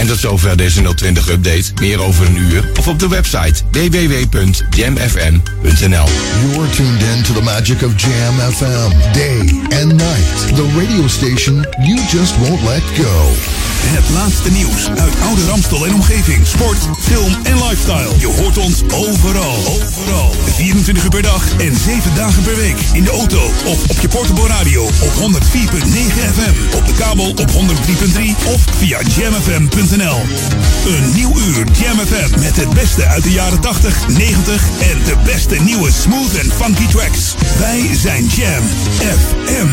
En tot zover deze 020-update. Meer over een uur of op de website www.jamfm.nl. You're tuned in to the magic of Jam FM. Day and night. The radio station you just won't let go. Het laatste nieuws uit oude Ramstel en omgeving. Sport, film en lifestyle. Je hoort ons overal. 24 uur per dag en 7 dagen per week. In de auto of op je portable radio op 104.9 FM. Op de kabel op 103.3 of via jamfm.nl. Een nieuw uur Jam FM met het beste uit de jaren 80, 90 en de beste nieuwe smooth en funky tracks. Wij zijn Jam FM.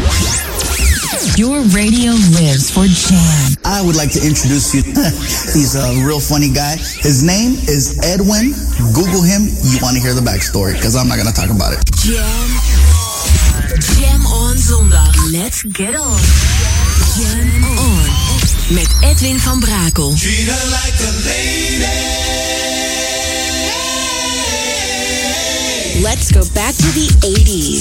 Your radio lives for Jam. I would like to introduce you. He's a real funny guy. His name is Edwin. Google him. You want to hear the backstory, because I'm not going to talk about it. Jam on zondag. Let's get on. Jam on. Met Edwin van Brakel. Treat her like a lady. Let's go back to the 80s.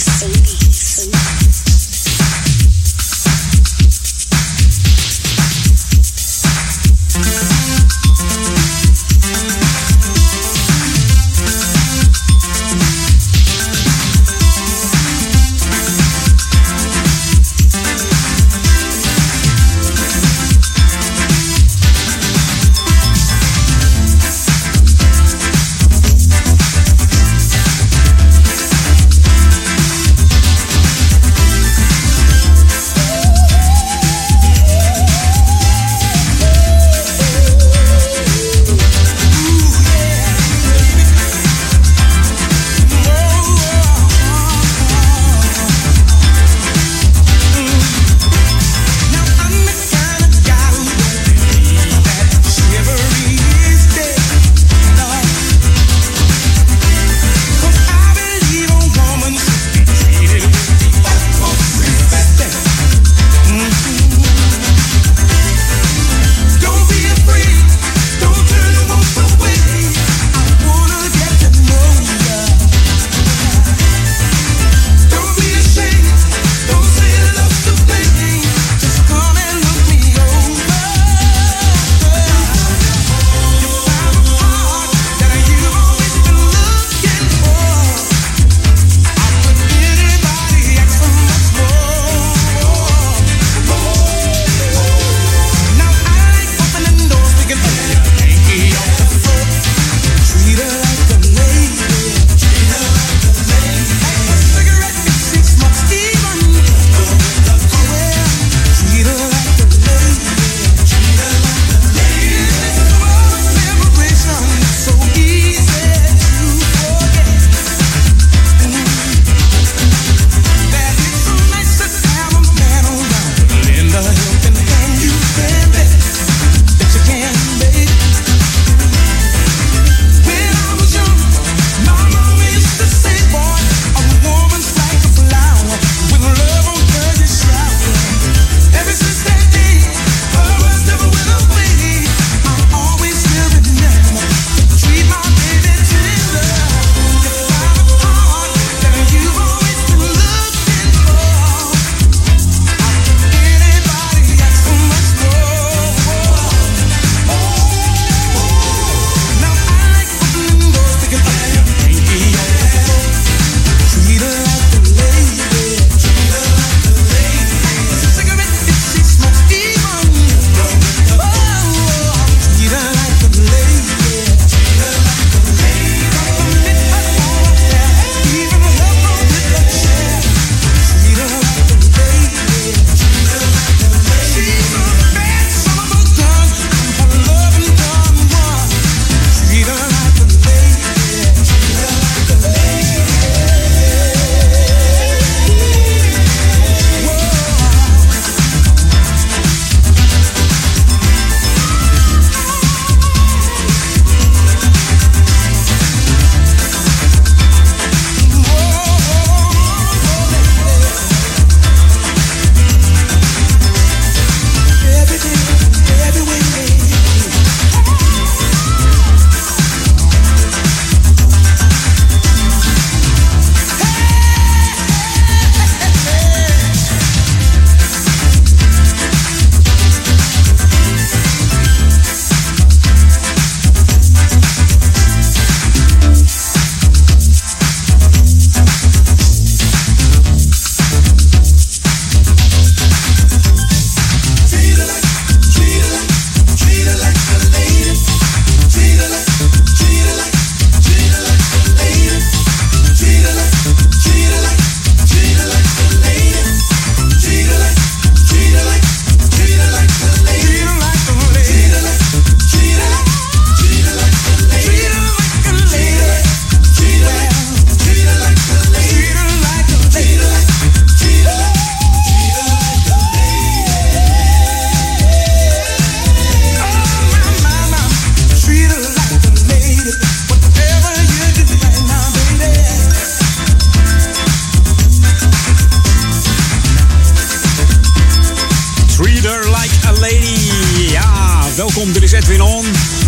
welkom. Dit is Edwin On.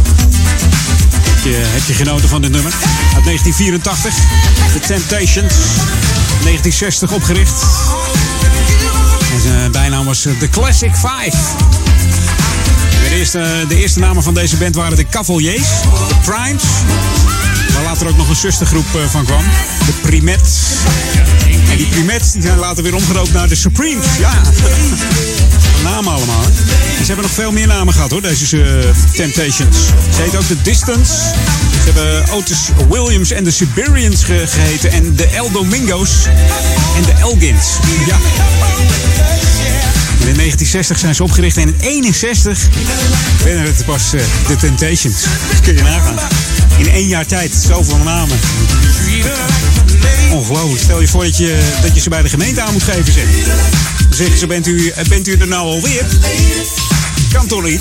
Heb je genoten van dit nummer? Uit 1984. The Temptations. 1960 opgericht. En zijn bijnaam was The Classic Five. De eerste namen van deze band waren de Cavaliers, de Primes. Waar later ook nog een zustergroep van kwam. De Primettes. En die Primettes die zijn later weer omgedoopt naar de Supremes. Ja, namen allemaal. Hè? En ze hebben nog veel meer namen gehad hoor, deze Temptations. Ze heet ook de Distance. Ze hebben Otis Williams en de Siberians geheten. En de El Domingos en de Elgins. Ja. En in 1960 zijn ze opgericht en in 1961 werden het pas de Temptations. Dat kun je nagaan. In 1 jaar tijd, zoveel namen. Ongelooflijk. Stel je voor dat je ze bij de gemeente aan moet geven. Zeg. Dan zeggen ze, bent u er nou alweer? Kan toch niet?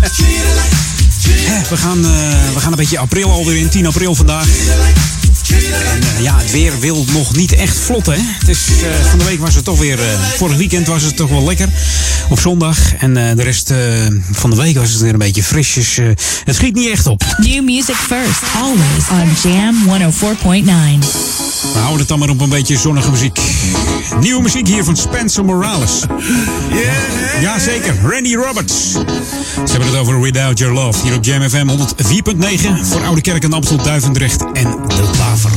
We gaan een beetje april alweer in. 10 april vandaag. En ja, het weer wil nog niet echt vlotten. Hè? Het is, van de week was het toch weer... vorig weekend was het toch wel lekker. Op zondag. En de rest van de week was het weer een beetje frisjes. Het schiet niet echt op. New music first. Always on Jam 104.9. We houden het dan maar op een beetje zonnige muziek. Nieuwe muziek hier van Spencer Morales. Jazeker, Randy Roberts. Ze hebben het over Without Your Love. Hier op Jam FM 104.9. Voor Oude Kerk en Amstel, Duivendrecht en De Waver.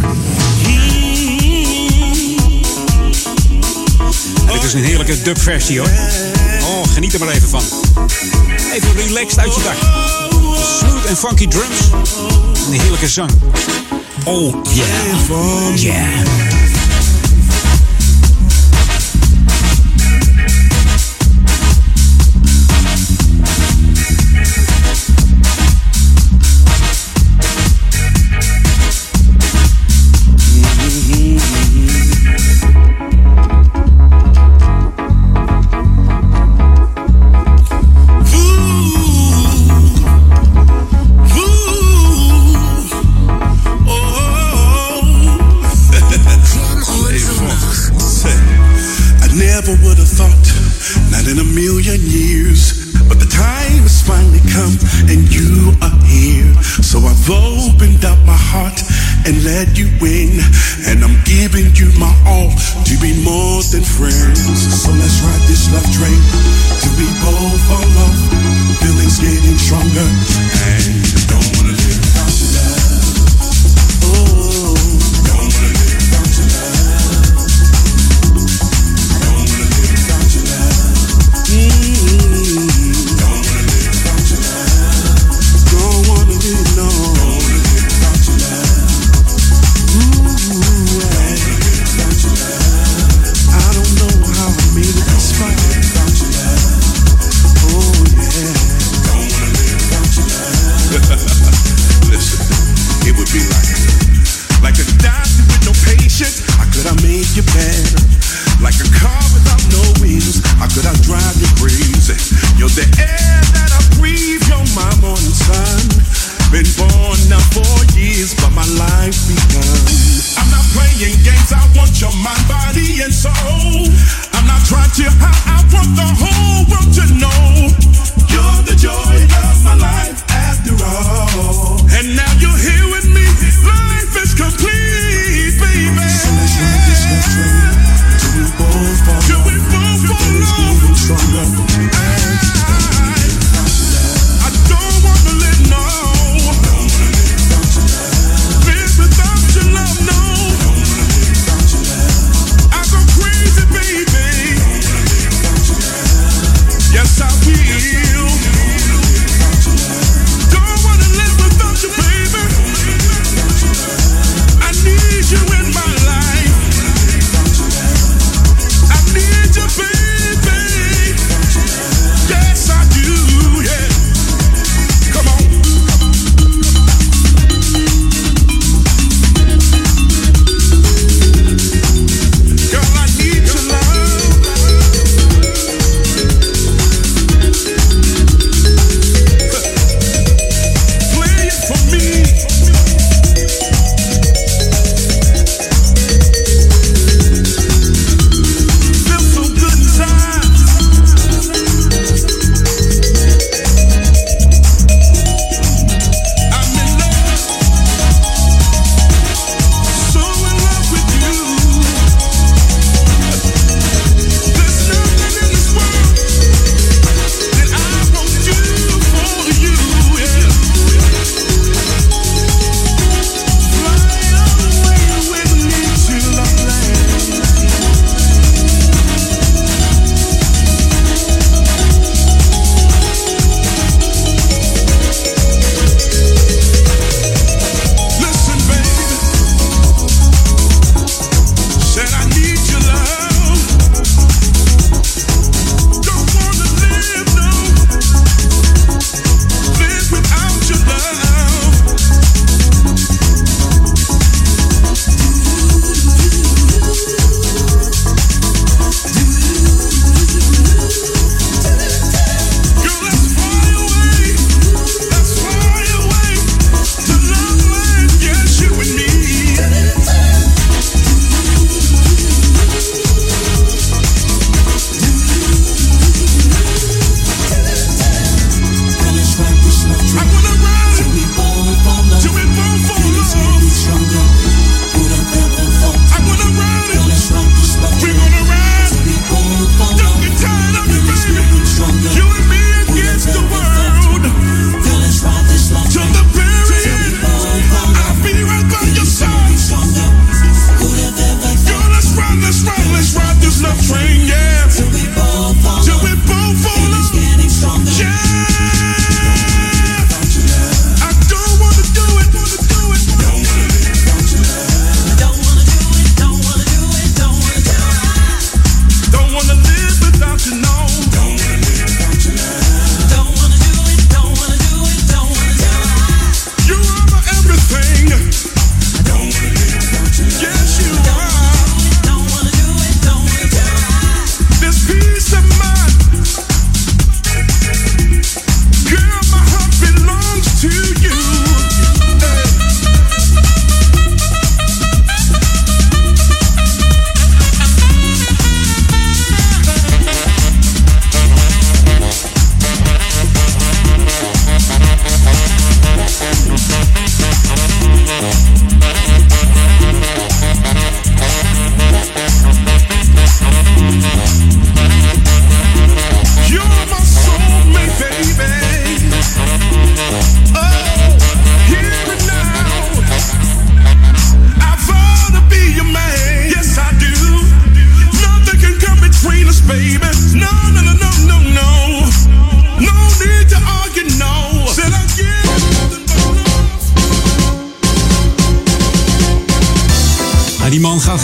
En dit is een heerlijke dubversie hoor. Oh, geniet er maar even van. Even relaxed uit je dak. Smooth en funky drums. En een heerlijke zang. Oh yeah. Yeah. And let you in, and I'm giving you my all to be more than friends. So let's ride this love train till we both fall off. Feelings getting stronger, and you don't wanna live without your love. Oh, don't wanna live without your love. Don't wanna live without your love. Don't wanna live without your love. Don't wanna live, no. Without your love. Oh yeah. Don't wanna live without your love.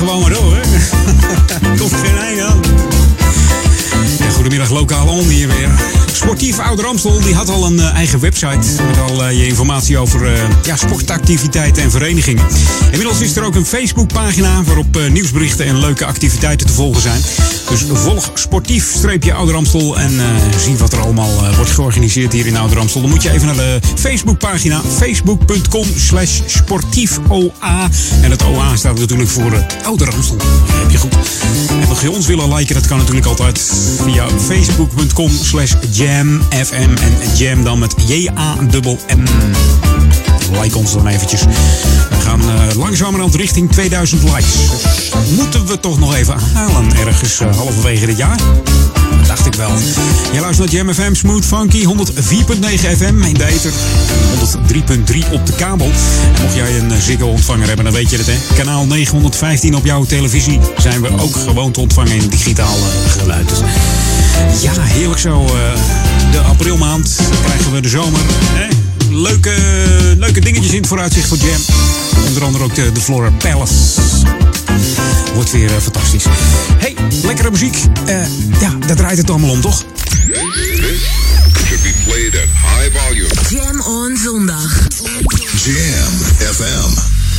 gewoon maar door, hè. Komt geen einde aan. Ja, goedemiddag, lokaal on hier weer. Sportief Ouder Amstel die had al een eigen website met al je informatie over sportactiviteiten en verenigingen. Inmiddels is er ook een Facebookpagina waarop nieuwsberichten en leuke activiteiten te volgen zijn. Dus volg sportief-Ouder Amstel en zie wat er allemaal wordt georganiseerd hier in Ouder Amstel. Dan moet je even naar de Facebookpagina facebook.com/sportiefoa. En het OA staat natuurlijk voor Ouder Amstel. Heb je goed. En mocht je ons willen liken, dat kan natuurlijk altijd via facebook.com/jamfm. En jam dan met J-A-M-M. Like ons dan eventjes. We gaan langzamerhand richting 2000 likes. Dus dat moeten we toch nog even halen ergens halverwege dit jaar. Dat dacht ik wel. Jij luistert naar Jam FM, Smooth Funky, 104.9 FM in de ether, 103.3 op de kabel. En mocht jij een Ziggo-ontvanger hebben, dan weet je het, hè. Kanaal 915 op jouw televisie zijn we ook gewoon te ontvangen in digitaal geluid. Dus ja, heerlijk zo. De aprilmaand krijgen we de zomer, hè. Leuke dingetjes in het vooruitzicht voor Jam. Onder andere ook de Flora Palace. Wordt weer fantastisch. Hey, lekkere muziek. Daar draait het allemaal om, toch? This should be played at high volume. Jam on zondag. Jam FM.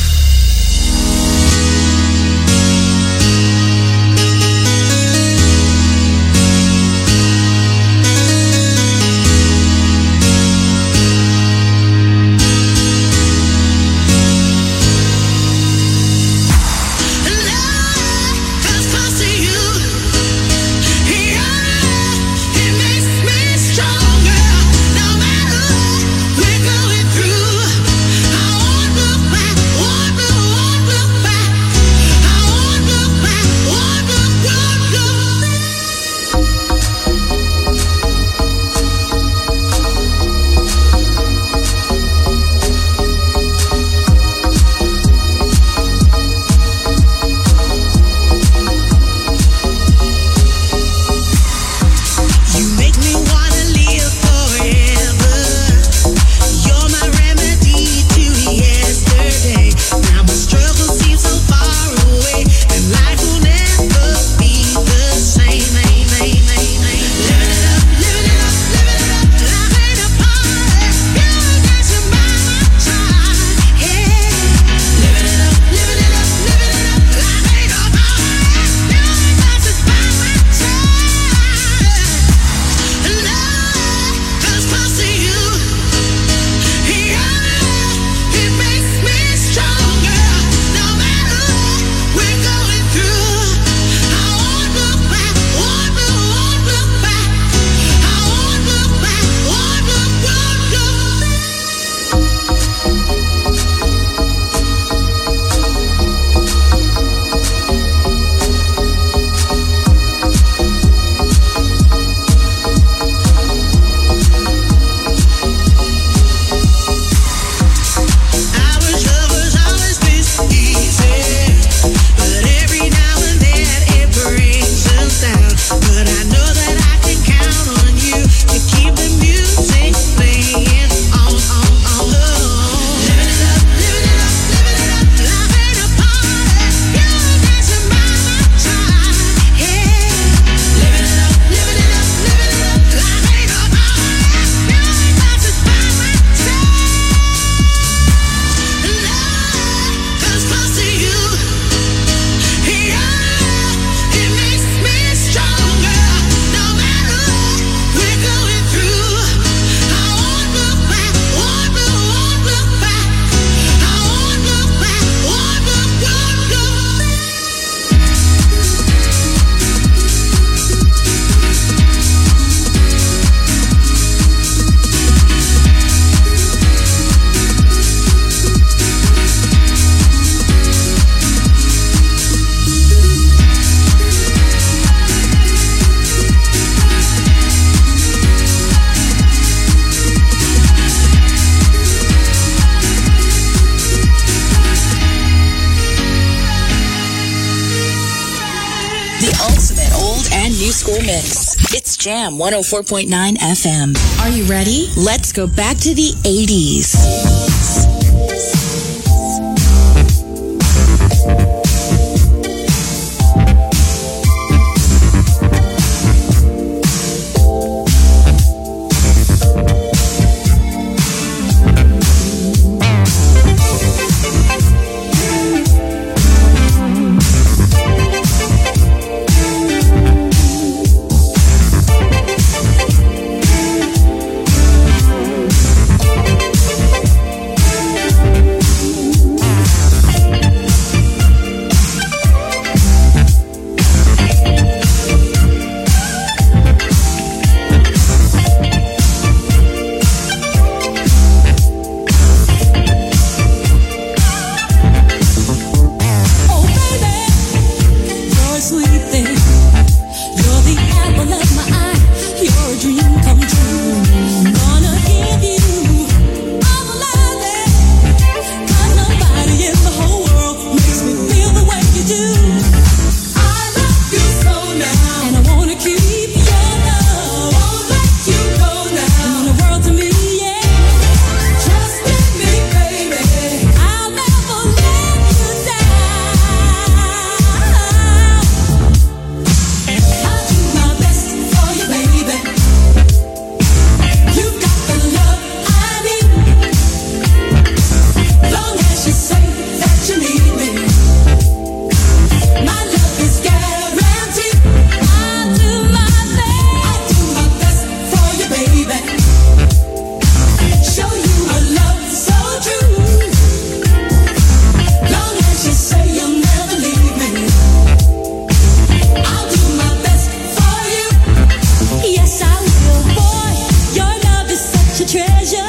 School Mix. It's Jam 104.9 FM. Are you ready? Let's go back to the 80s.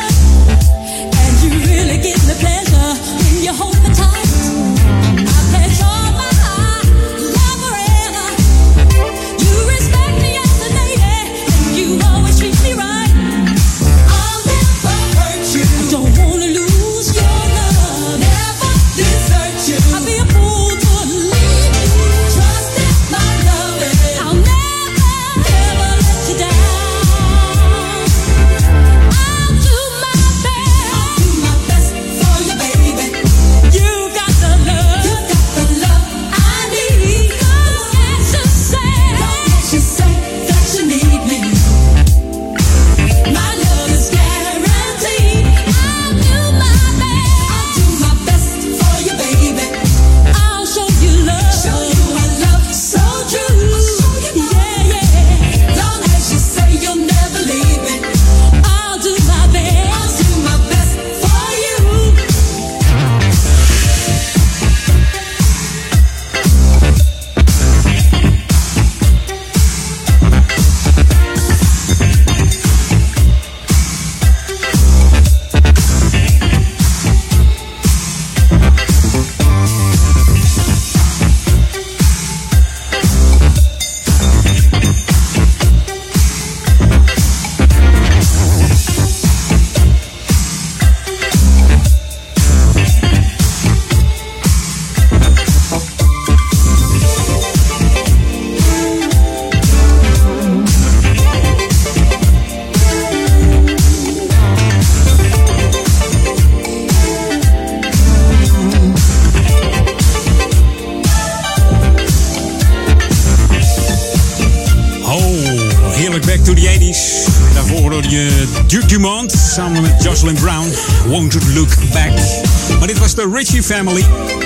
Duke Dumont samen met Jocelyn Brown, Won't Look Back. Maar dit was de Ritchie Family.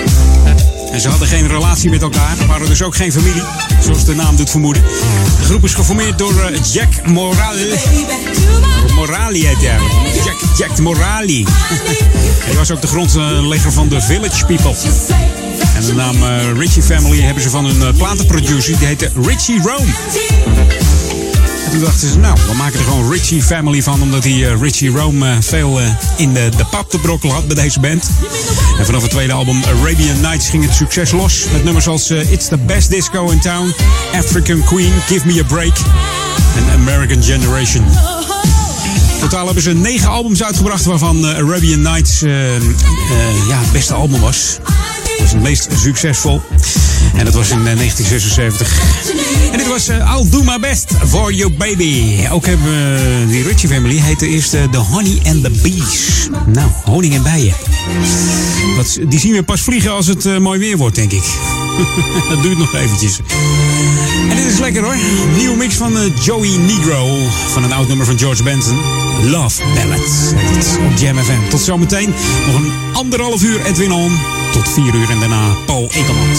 En ze hadden geen relatie met elkaar, waren dus ook geen familie, zoals de naam doet vermoeden. De groep is geformeerd door Jack Morali. Morali heet hij eigenlijk. Jack Morali. Hij was ook de grondlegger van de Village People. En de naam Ritchie Family hebben ze van hun platenproducer, die heette Richie Rome. En toen dachten ze, nou, we maken er gewoon Ritchie Family van, omdat die Richie Rome veel in de pap te brokkelen had bij deze band. En vanaf het tweede album Arabian Nights ging het succes los met nummers als It's the Best Disco in Town, African Queen, Give Me a Break en American Generation. Totaal hebben ze 9 albums uitgebracht, waarvan Arabian Nights het beste album was. Dat was het meest succesvol. En dat was in 1976. En dit was I'll Do My Best For You Baby. Ook hebben die Ritchie Family heette eerst The Honey and the Bees. Nou, honing en bijen. Die zien we pas vliegen als het mooi weer wordt, denk ik. Dat duurt nog eventjes. En dit is lekker hoor. Nieuwe mix van Joey Negro. Van een oud nummer van George Benson. Love Ballad. Op Jam FM. Tot zometeen. Nog een 1,5 uur Edwin On. Tot 4 uur en daarna Paul Ekelmans.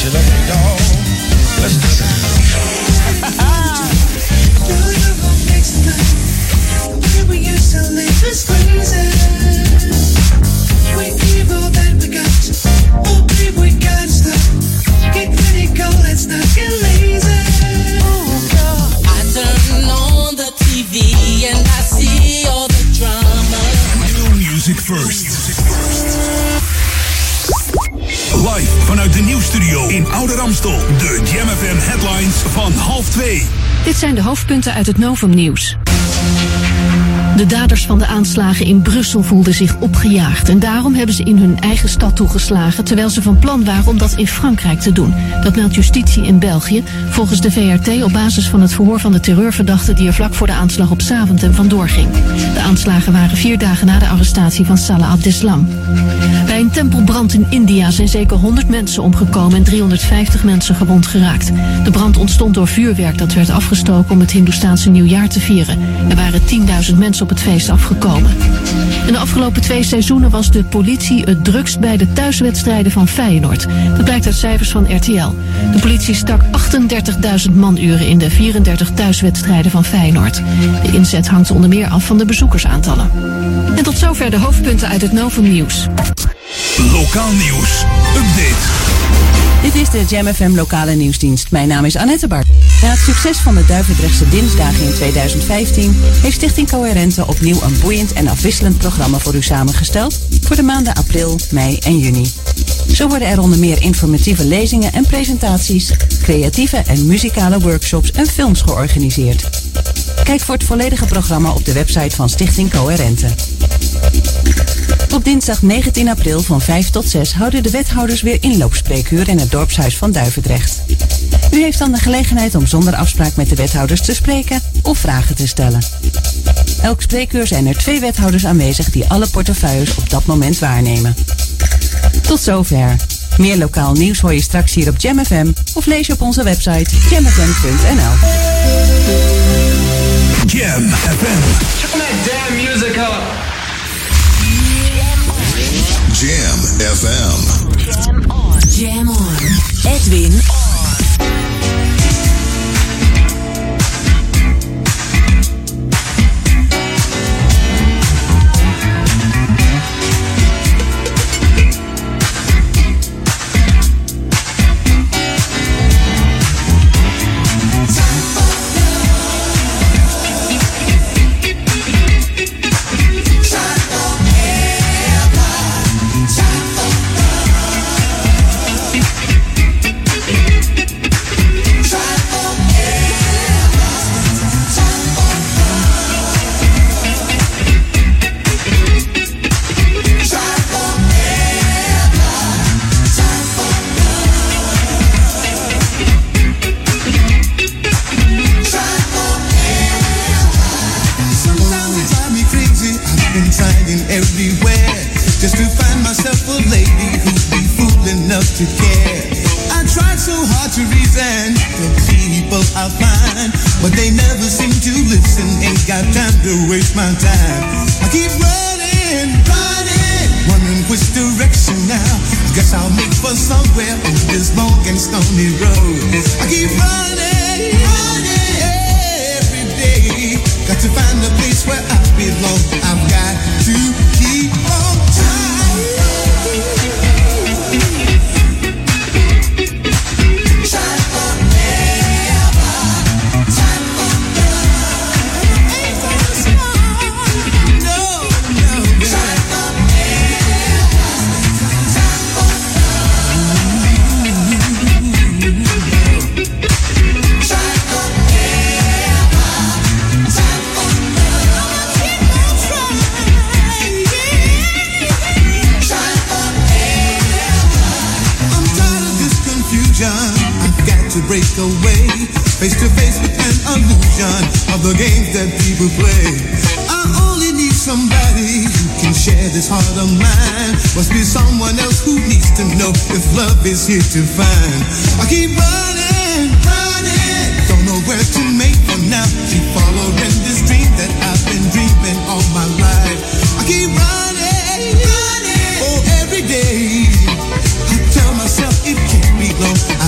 you love me, dog. Let's listen. We used to live is crazy. We give all that we got. Oh, babe, we got stuff. Get ready, go, let's not get lazy. I turn on the TV and I see all the drama. New music first. Live vanuit de nieuwsstudio in Oude Ramstel. De Jam FM headlines van 1:30. Dit zijn de hoofdpunten uit het Novum Nieuws. De daders van de aanslagen in Brussel voelden zich opgejaagd en daarom hebben ze in hun eigen stad toegeslagen, terwijl ze van plan waren om dat in Frankrijk te doen. Dat meldt justitie in België, volgens de VRT op basis van het verhoor van de terreurverdachte die er vlak voor de aanslag op Zaventem vandoor ging. De aanslagen waren 4 dagen na de arrestatie van Salah Abdeslam. Bij een tempelbrand in India zijn zeker 100 mensen omgekomen en 350 mensen gewond geraakt. De brand ontstond door vuurwerk dat werd afgestoken om het Hindoestaanse nieuwjaar te vieren. Er waren 10.000 mensen op het feest afgekomen. In de afgelopen 2 seizoenen was de politie het drukst bij de thuiswedstrijden van Feyenoord. Dat blijkt uit cijfers van RTL. De politie stak 38.000 manuren in de 34 thuiswedstrijden van Feyenoord. De inzet hangt onder meer af van de bezoekersaantallen. En tot zover de hoofdpunten uit het Novum Nieuws. Lokaal nieuws. Update. Dit is de Jam FM lokale nieuwsdienst. Mijn naam is Annette Bart. Na het succes van de Duivendrechtse Dinsdagen in 2015... heeft Stichting Coherente opnieuw een boeiend en afwisselend programma voor u samengesteld... voor de maanden april, mei en juni. Zo worden er onder meer informatieve lezingen en presentaties... creatieve en muzikale workshops en films georganiseerd. Kijk voor het volledige programma op de website van Stichting Coherente. Op dinsdag 19 april van 5 tot 6 houden de wethouders weer inloopspreekuur in het dorpshuis van Duivendrecht. U heeft dan de gelegenheid om zonder afspraak met de wethouders te spreken of vragen te stellen. Elk spreekuur zijn er 2 wethouders aanwezig die alle portefeuilles op dat moment waarnemen. Tot zover. Meer lokaal nieuws hoor je straks hier op Jam FM of lees je op onze website jamfm.nl. Jam FM. Turn that damn music up. Jam FM. Jam on. Jam on. Edwin on. Everywhere, just to find myself a lady who'd be fool enough to care. I tried so hard to reason the people I find, but they never seem to listen. Ain't got time to waste my time. I keep running, wondering which direction now. I guess I'll make for somewhere on this long and stony road. I keep running every day. Got to find a place where I belong. I've got to keep on trying. Try forever. Time for love. Ain't gonna stop. No. Try forever. Time for love. Try forever. Time for love. Keep on trying. Try forever. I'm tired of this confusion. I've got to break away, face to face with an illusion of the games that people play. I only need somebody who can share this heart of mine. Must be someone else who needs to know if love is here to find. I keep running, don't know where to make for now. Keep following this dream that I've been dreaming all my life. I keep running, oh every day. I tell myself it can't be long.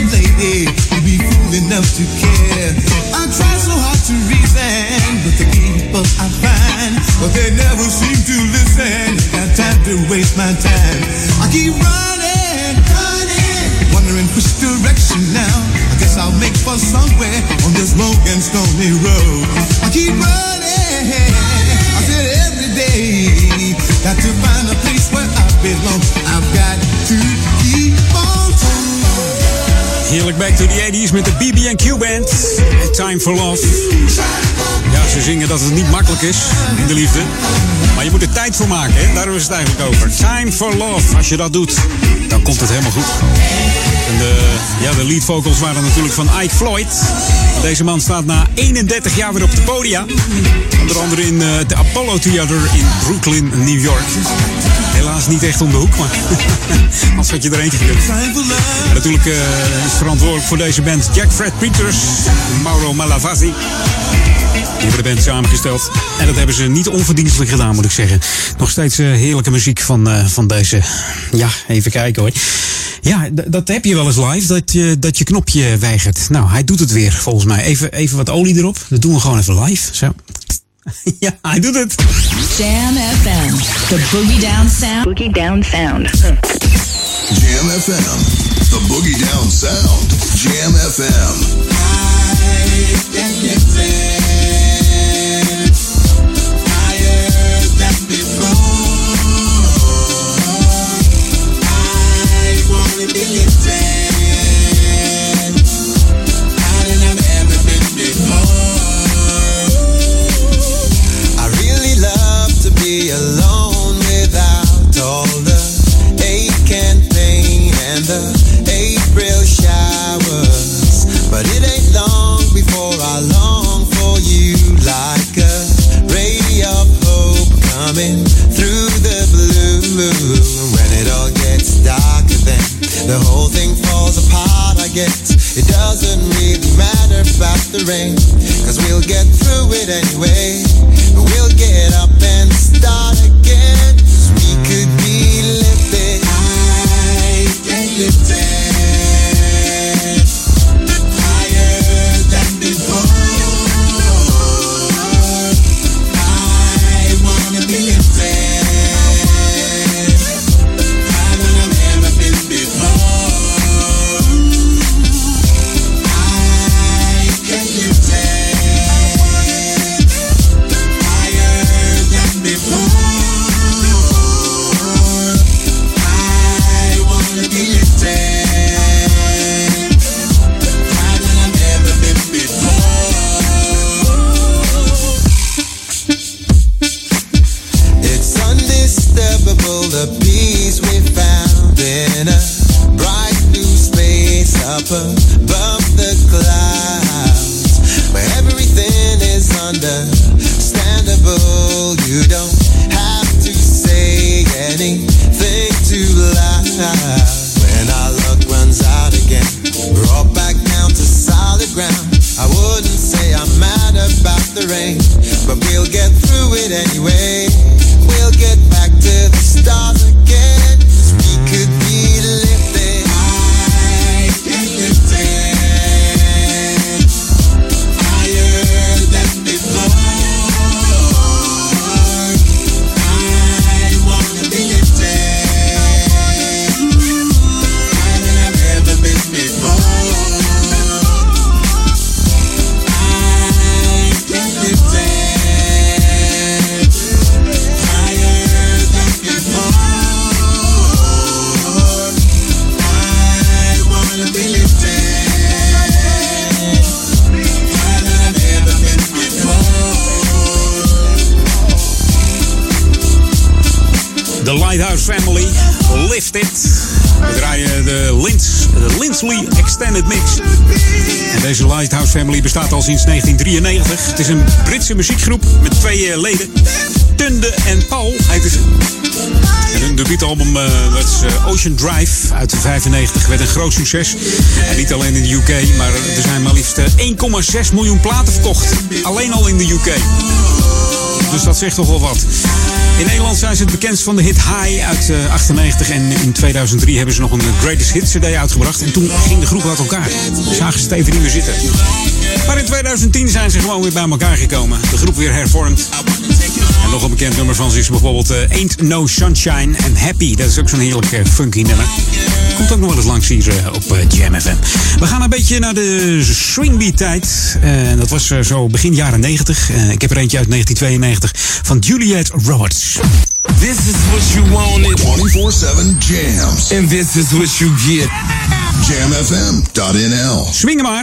lady to be fool enough to care. I try so hard to reason, but the people I find, but they never seem to listen. Got time to waste my time. I keep running, wondering which direction now. I guess I'll make for somewhere on this long and stormy road. I keep running, I said every day. Got to find a place where I belong. I've got to keep on. Heerlijk back to the 80s met de BB&Q Band. Time for Love. Ja, ze zingen dat het niet makkelijk is in de liefde. Maar je moet er tijd voor maken, hè? Daar is het eigenlijk over. Time for Love. Als je dat doet, dan komt het helemaal goed. En de lead vocals waren natuurlijk van Ike Floyd. Deze man staat na 31 jaar weer op de podia. Onder andere in de Apollo Theater in Brooklyn, New York. Helaas niet echt om de hoek, maar als had je er eentje gekund. Natuurlijk is verantwoordelijk voor deze band Jack Fred Peters, Mauro Malavasi. Die hebben de band samengesteld. En dat hebben ze niet onverdienstelijk gedaan, moet ik zeggen. Nog steeds heerlijke muziek van deze. Ja, even kijken hoor. Ja, dat heb je wel eens live, dat je knopje weigert. Nou, hij doet het weer, volgens mij. Even wat olie erop. Dat doen we gewoon even live. Zo. Ja, hij doet het. Jam FM, the boogie down sound. Boogie down sound. Jam FM, the boogie down sound. Jam FM. Alone without all the ache and pain and the April showers. But it ain't long before I long for you, like a ray of hope coming through the blue. When it all gets darker, then the whole thing falls apart, I guess. It doesn't really matter about the rain, 'cause we'll get through it anyway. We'll get up and start again, 'cause we could be lifted. I get lifted higher than before. I wanna be lifted higher than I've ever been before. I get lifted. The peace we found in a bright new space up above the clouds, where everything is understandable. You don't have to say anything too loud. When our luck runs out again, we're all back down to solid ground. I wouldn't say I'm mad about the rain, but we'll get through it anyway. We'll get back to the start again, 'cause we could be lifted. I get lifted higher than before. I wanna be lifted higher than I've ever been before. I get lifted. The Lighthouse Family, Lifted. We draaien de Lindsley Extended Mix. En deze Lighthouse Family bestaat al sinds 1993. Het is een Britse muziekgroep met 2 leden. Tunde en Paul heette ze. En hun debuutalbum was Ocean Drive uit 1995. Werd een groot succes. En niet alleen in de UK, maar er zijn maar liefst 1,6 miljoen platen verkocht. Alleen al in de UK. dus dat zegt toch wel wat. In Nederland zijn ze het bekendst van de hit High uit 98. En in 2003 hebben ze nog een Greatest Hits CD uitgebracht. En toen ging de groep uit elkaar. Zagen ze het even niet meer zitten. Maar in 2010 zijn ze gewoon weer bij elkaar gekomen. De groep weer hervormd. En nog een bekend nummer van ze is bijvoorbeeld Ain't No Sunshine and Happy. Dat is ook zo'n heerlijk funky nummer. Komt ook nog wel eens langs hier op Jam FM. We gaan een beetje naar de swingbeat tijd. Dat was zo begin jaren 90. Ik heb er eentje uit 1992 van Juliette Roberts. This is what you wanted. 24/7 jams. And this is what you get. Jamfm.nl. Swingen maar.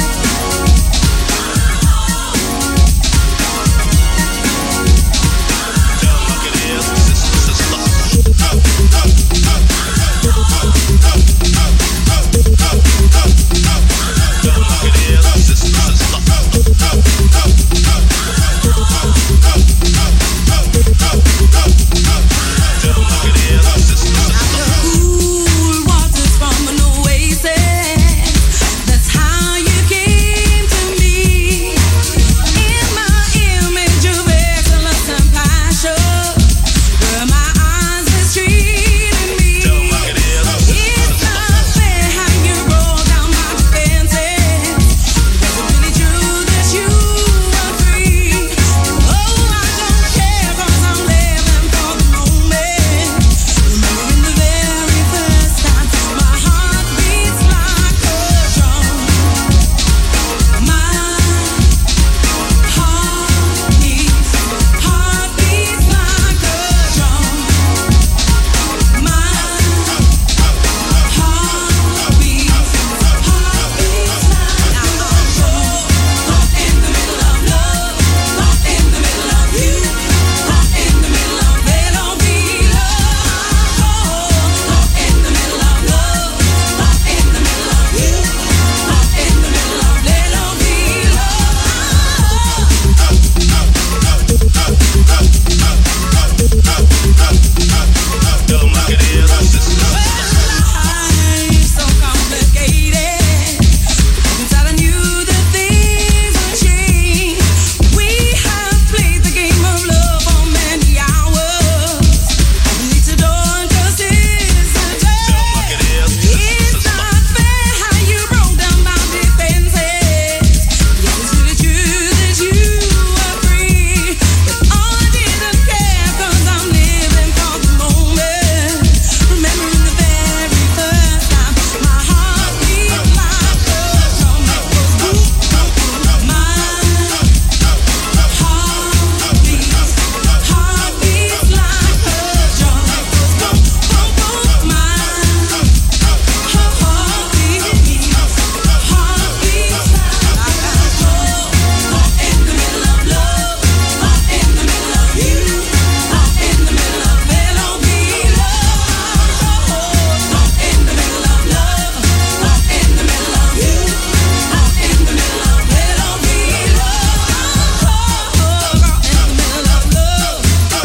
Cool waters from an oasis. That's how you came to me. In my image of excellence and passion, where my eyes mistreated me. It's not fair how you roll down my defenses. Was it really true that you were free? Oh, I don't care 'cause I'm living for the moment. Remembering the very first time my heart beats like a drum. My heart beats like a drum. My heart beats like I'm caught in the middle of love, caught in the middle of you, caught in the middle of there don't be love. Caught in the middle of love, caught in the middle of you, caught in the middle of there don't be Life's so complicated. I'm telling you that things will change. We have played the game of love for many hours. Only to dawn 'cause it's a day. It's not fair how you broke down my defenses. Yes, it's really true that you were free, but all I didn't care 'cause I'm living for the moment. Remembering the very first time my heart beat like a drum. It goes boom, boom, boom. My heart beats like a drum. It goes boom, boom, boom. My heart beats like I'm caught in the middle of love, caught in the middle of you, caught in the middle of there don't be love. Caught in the middle of love, caught in the middle of you, caught in the middle of there don't be love. Caught in the middle of love.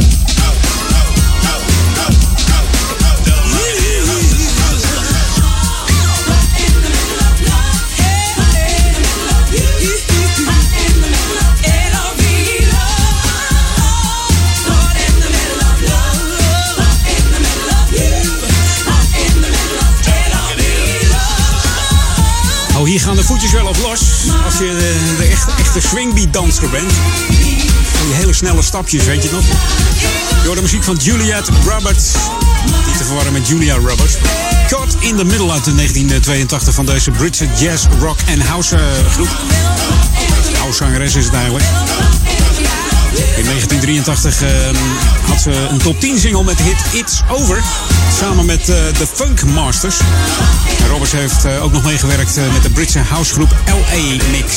Oh, hier gaan de voetjes wel op los. Als je de echte swingbeat danser bent. Die hele snelle stapjes, weet je nog? Door de muziek van Juliette Roberts. Niet te verwarren met Julia Roberts. Caught in the Middle uit de 1982 van deze Britse jazz, rock en house groep. Housezangeres is het eigenlijk. In 1983 had ze een top 10 single met de hit It's Over. Samen met de Funk Masters. En Roberts heeft ook nog meegewerkt met de Britse housegroep LA Mix.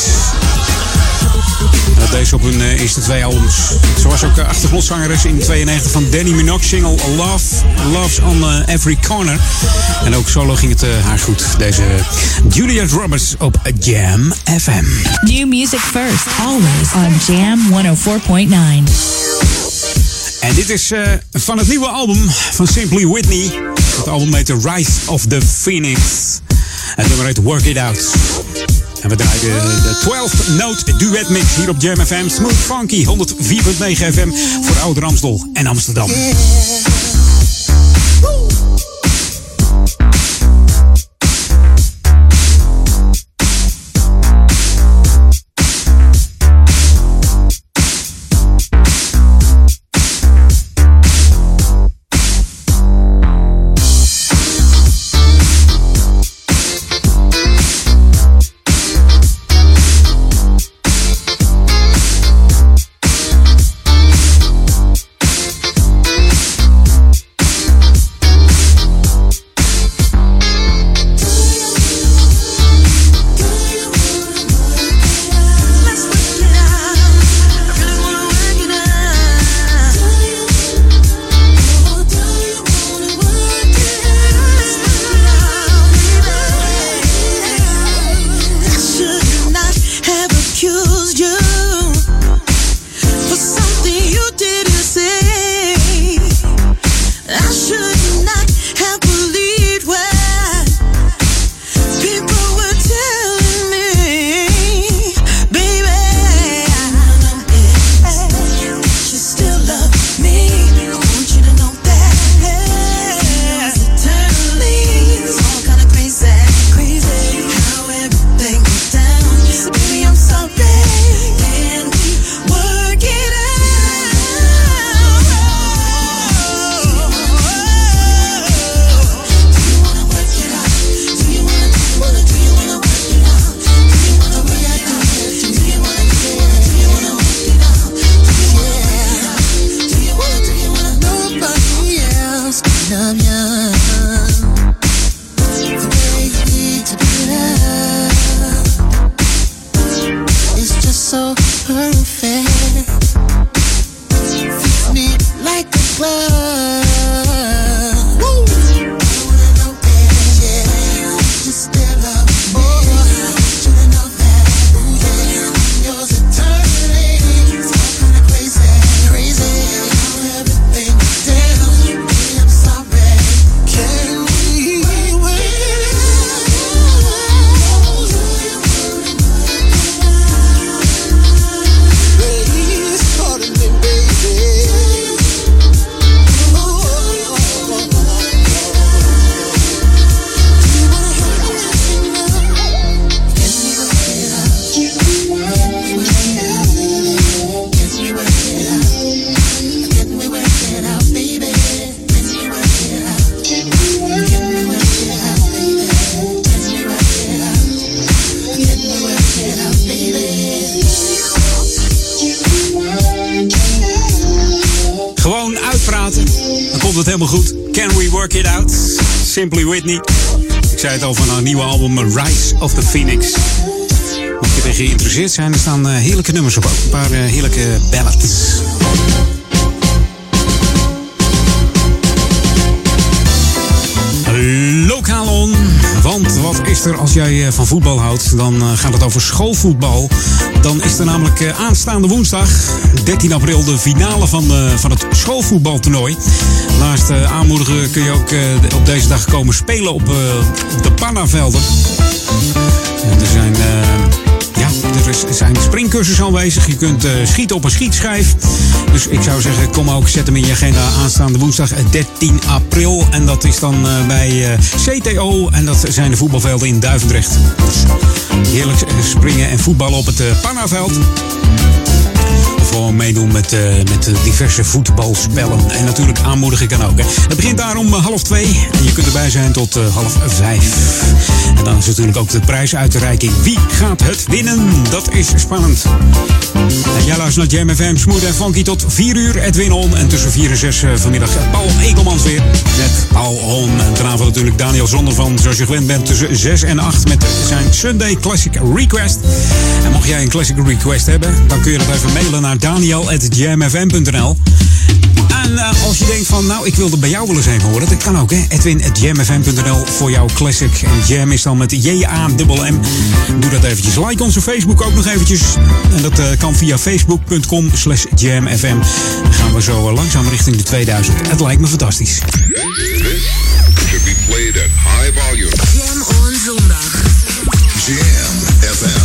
Dat deed ze op hun eerste 2 albums. Ze was ook achtergrondzangeres in 92 van Danny Minogue single Love's on Every Corner. En ook solo ging het haar goed. Deze Juliette Roberts op Jam FM. New music first, always on Jam 104.9. En dit is van het nieuwe album van Simply Whitney. Het album heet The Rise of the Phoenix. Het nummer heet Work It Out. En we draaien de 12th Note Duet Mix hier op Jam FM. Smooth Funky, 104.9 FM voor Ouder Amstel en Amsterdam. Simply Whitney. Ik zei het al van haar nieuwe album Rise of the Phoenix. Mocht je er geïnteresseerd zijn, er staan heerlijke nummers op. Ook een paar heerlijke ballads. Lokaal on. Want wat is er als jij van voetbal houdt? Dan gaat het over schoolvoetbal. Dan is er namelijk aanstaande woensdag, 13 april, de finale van het schoolvoetbaltoernooi. Naast aanmoedigen kun je ook op deze dag komen spelen op de Pannavelden. Er zijn springcursussen aanwezig. Je kunt schieten op een schietschijf. Dus ik zou zeggen, kom ook, zet hem in je agenda aanstaande woensdag 13 april. En dat is dan bij CTO. En dat zijn de voetbalvelden in Duivendrecht. Dus heerlijk springen en voetballen op het Pannaveld. Of gewoon meedoen met diverse voetbalspellen. En natuurlijk aanmoedigen kan ook. Hè. Het begint daar om 1:30. En je kunt erbij zijn tot 4:30. En dan is natuurlijk ook de prijsuitreiking. Wie gaat het winnen? Dat is spannend. En jij luistert naar Jam FM, Smooth en Funky tot 4 uur. Edwin On. En tussen 4 en 6 vanmiddag Paul Egelmans weer. Met Paul On. En vanavond natuurlijk Daniel Zonder van, zoals je gewend bent, tussen 6 en 8 met zijn Sunday Classic Request. En mocht jij een Classic Request hebben, dan kun je dat even mailen naar daniel@jamfm.nl. En als je denkt van, nou, ik wilde bij jou wel eens even horen, dat kan ook, hè. Edwin@jamfm.nl voor jouw classic. En Jam is dan met J-A-M-M. Doe dat eventjes. Like onze Facebook ook nog eventjes. En dat kan via facebook.com/jamfm. Dan gaan we zo langzaam richting de 2000. Het lijkt me fantastisch. This should be played at high volume. Jam on zondag. Jam FM.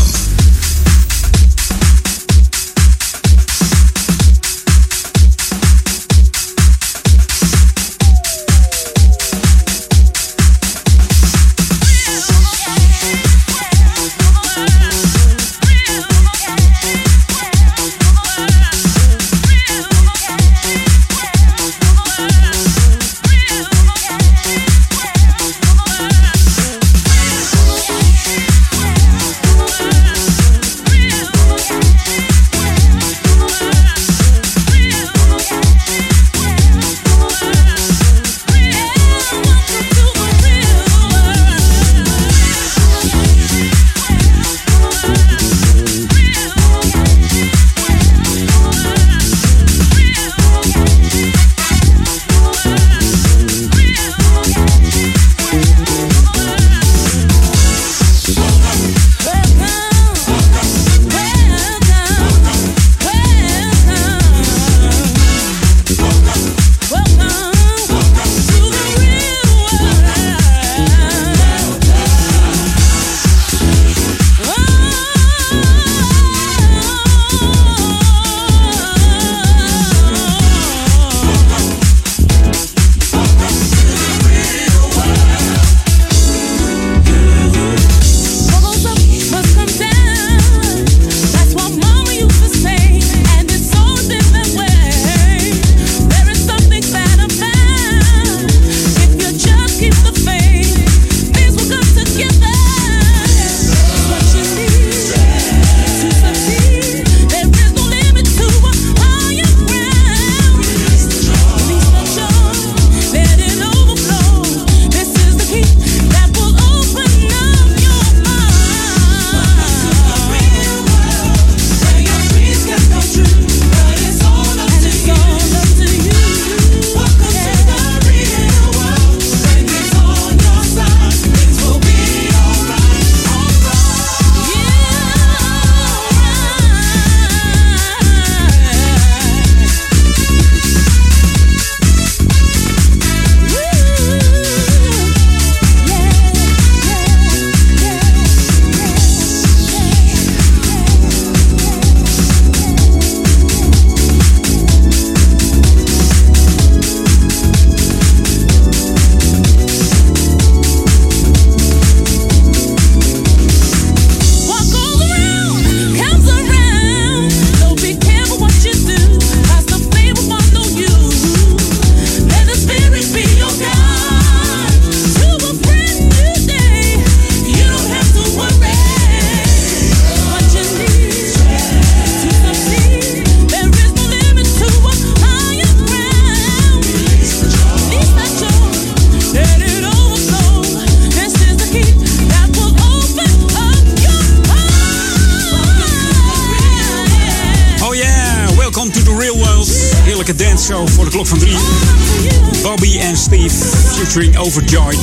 zo voor de klok van 3. Bobby en Steve featuring Overjoyed.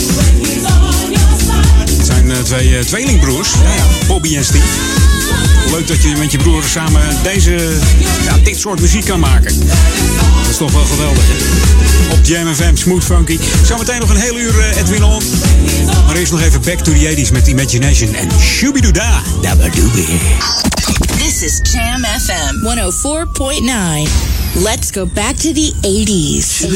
Het zijn twee tweelingbroers, Bobby en Steve. Leuk dat je met je broer samen dit soort muziek kan maken. Dat is toch wel geweldig, hè? Op Jam FM, Smooth Funky. Zometeen nog een heel uur Edwin On. Maar eerst nog even back to the 80s met Imagination en Shooby-Doo-Da. Dabba-doobie. This is Jam FM 104.9. Let's go back to the 80s.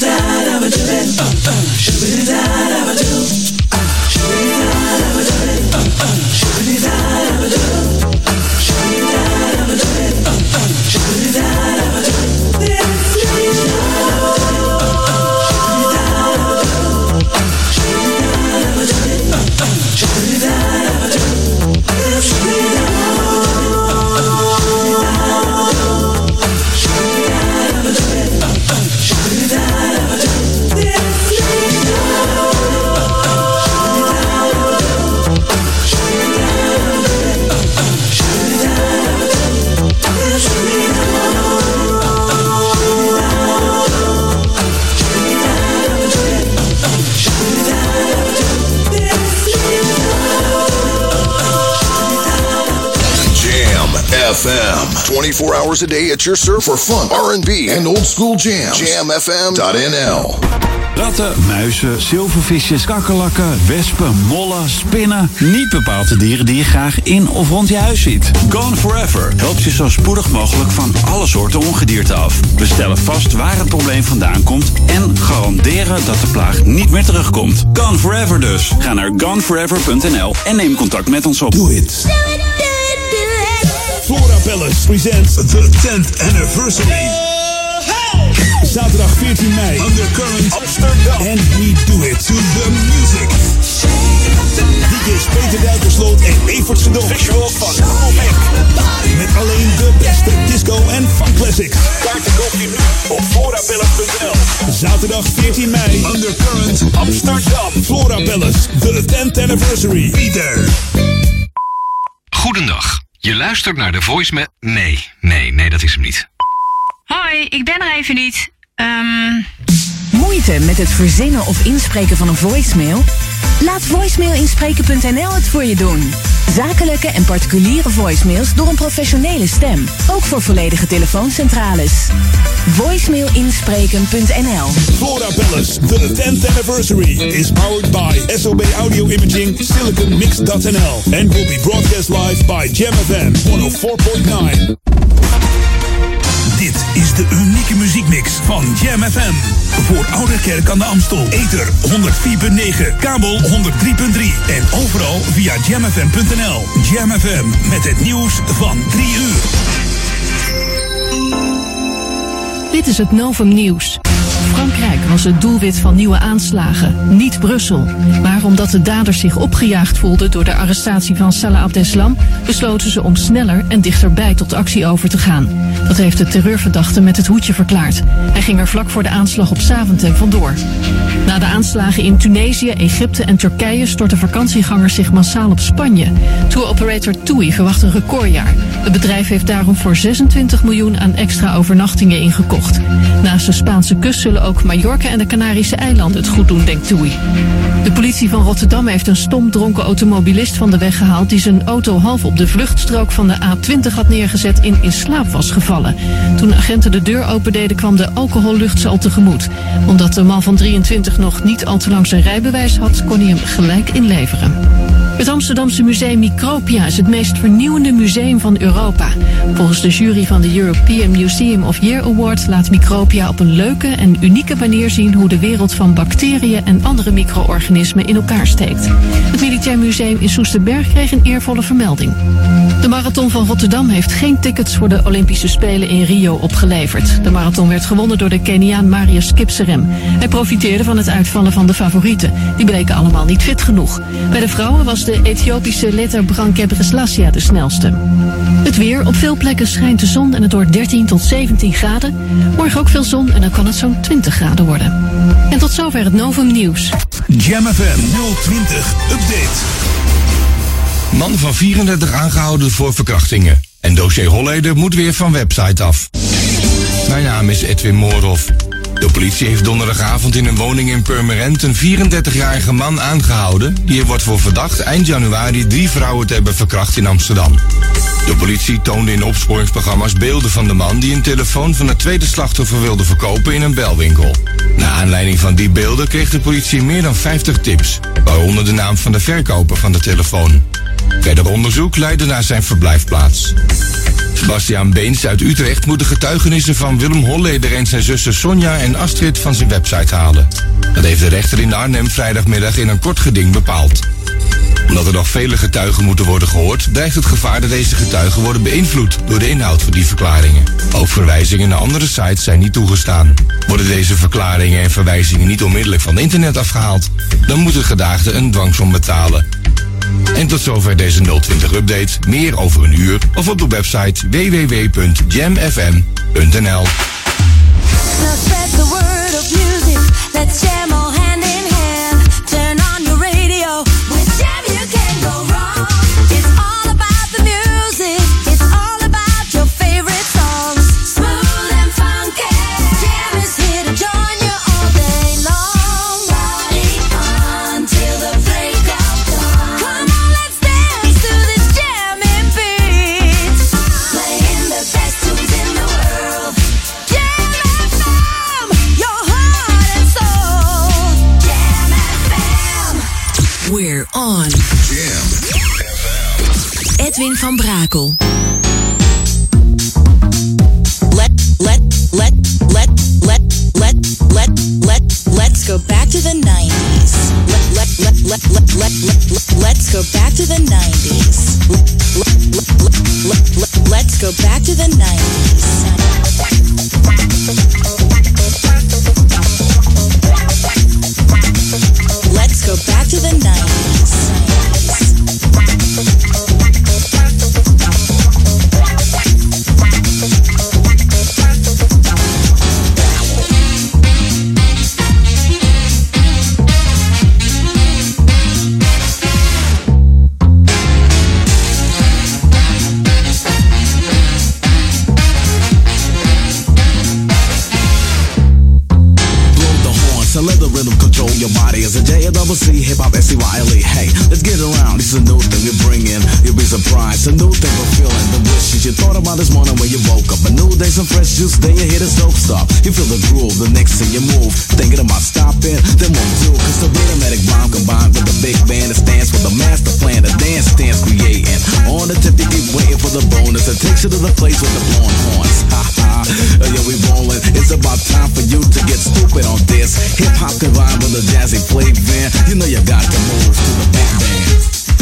FM, 24 hours a day at your surf for fun, R&B, and old school jams. JamFM.nl. Ratten, muizen, zilvervisjes, kakkerlakken, wespen, mollen, spinnen. Niet bepaalde dieren die je graag in of rond je huis ziet. Gone Forever helpt je zo spoedig mogelijk van alle soorten ongedierte af. We stellen vast waar het probleem vandaan komt en garanderen dat de plaag niet meer terugkomt. Gone Forever dus. Ga naar goneforever.nl en neem contact met ons op. Doe it. Flora Palace presents the 10th anniversary. Zaterdag 14 mei, Undercurrent Amsterdam. And we do it to the music. DJ's Peter Dijkersloot en Evert Sedok. Visuals van Mac. Met alleen de beste disco en funk classics. Kaarten koop je nu op florapalace.nl. Zaterdag 14 mei, Undercurrent Amsterdam. Flora Palace, the 10th anniversary. Be there. Goedendag. Je luistert naar de voicemail. Nee, dat is hem niet. Hoi, ik ben er even niet. Moeite met het verzinnen of inspreken van een voicemail? Laat voicemailinspreken.nl het voor je doen. Zakelijke en particuliere voicemails door een professionele stem. Ook voor volledige telefooncentrales. Voicemailinspreken.nl. Flora Palace, the 10th anniversary, is powered by SOB Audio Imaging, SiliconMix.nl, and will be broadcast live by Jam FM 104.9. Dit is de unieke muziekmix van Jam FM. Voor Ouderkerk aan de Amstel. Ether 104.9, kabel 103.3 en overal via jamfm.nl. Jam FM met het nieuws van 3 uur. Dit is het Novum Nieuws. Frankrijk was het doelwit van nieuwe aanslagen, niet Brussel. Maar omdat de daders zich opgejaagd voelden door de arrestatie van Salah Abdeslam, besloten ze om sneller en dichterbij tot actie over te gaan. Dat heeft de terreurverdachte met het hoedje verklaard. Hij ging er vlak voor de aanslag op Zaventem vandoor. Na de aanslagen in Tunesië, Egypte en Turkije stortten vakantiegangers zich massaal op Spanje. Tour-operator TUI verwacht een recordjaar. Het bedrijf heeft daarom voor 26 miljoen aan extra overnachtingen ingekocht. Naast de Spaanse kust zullen ook Mallorca en de Canarische eilanden het goed doen, denkt TUI. De politie van Rotterdam heeft een stomdronken automobilist van de weg gehaald die zijn auto half op de vluchtstrook van de A20 had neergezet en in slaap was gevallen. Toen agenten de deur opendeden kwam de alcohollucht ze al tegemoet. Omdat de man van 23 nog niet al te lang zijn rijbewijs had, kon hij hem gelijk inleveren. Het Amsterdamse museum Micropia is het meest vernieuwende museum van Europa. Volgens de jury van de European Museum of Year Award laat Micropia op een leuke en unieke manier zien hoe de wereld van bacteriën en andere micro-organismen in elkaar steekt. Het Militair Museum in Soesterberg kreeg een eervolle vermelding. De Marathon van Rotterdam heeft geen tickets voor de Olympische Spelen in Rio opgeleverd. De marathon werd gewonnen door de Keniaan Marius Kipserem. Hij profiteerde van het uitvallen van de favorieten. Die bleken allemaal niet fit genoeg. Bij de vrouwen was de Ethiopische Leta Brand-Gebreslassia de snelste. Het weer. Op veel plekken schijnt de zon en het wordt 13 tot 17 graden. Morgen ook veel zon en dan kan het zo'n 20 graden worden. En tot zover het Novum Nieuws. Jam FM 020 Update. Man van 34 aangehouden voor verkrachtingen. En dossier Holleder moet weer van website af. Mijn naam is Edwin Moorhoff. De politie heeft donderdagavond in een woning in Purmerend een 34-jarige man aangehouden. Die er wordt voor verdacht eind januari 3 vrouwen te hebben verkracht in Amsterdam. De politie toonde in opsporingsprogramma's beelden van de man die een telefoon van het tweede slachtoffer wilde verkopen in een belwinkel. Naar aanleiding van die beelden kreeg de politie meer dan 50 tips, waaronder de naam van de verkoper van de telefoon. Verder onderzoek leidde naar zijn verblijfplaats. Sebastiaan Beens uit Utrecht moet de getuigenissen van Willem Holleder en zijn zussen Sonja en Astrid van zijn website halen. Dat heeft de rechter in Arnhem vrijdagmiddag in een kort geding bepaald. Omdat er nog vele getuigen moeten worden gehoord, dreigt het gevaar dat deze getuigen worden beïnvloed door de inhoud van die verklaringen. Ook verwijzingen naar andere sites zijn niet toegestaan. Worden deze verklaringen en verwijzingen niet onmiddellijk van internet afgehaald, dan moet de gedaagde een dwangsom betalen. En tot zover deze 020-update. Meer over een uur of op de website www.jamfm.nl. Now spread the word of music. Let's jam all hand in hand. Turn on your radio. With Jam you can't go wrong. It's all about the music. It's all about your favorite songs. Smooth and funky. Jam is here to join you all day long. Party on till the break of dawn. Come on, let's dance to this jamming beat. Playing the best tunes in the world. Jam FM, your heart and soul. Jam FM. We're on. Edwin van Brakel. Let's go back to the 90s. Let's go back to the 90s. Let's go back to the 90s. Let's go back to the 90s. So let the rhythm control your body. As a J-double-C, hip-hop, S-C-Y-L-E. Hey, let's get around. This is a new thing we bring in. You'll be surprised. A new thing we're feeling. The wishes you thought about this morning when you woke up. A new day, some fresh juice, then you hear the soap stop. You feel the groove, the next thing you move. Thinking about stopping, then won't do. Cause the rhythmic bomb combined with the big band that stands for the master plan. The dance stands creating. On the tip, you keep waiting for the bonus. It takes you to the place with the blowing horns. Ha ha, yeah, we rolling. It's about time for you to get stupid on this. Hip-hop combined with a jazzy flavor. You know you got to move to the big band.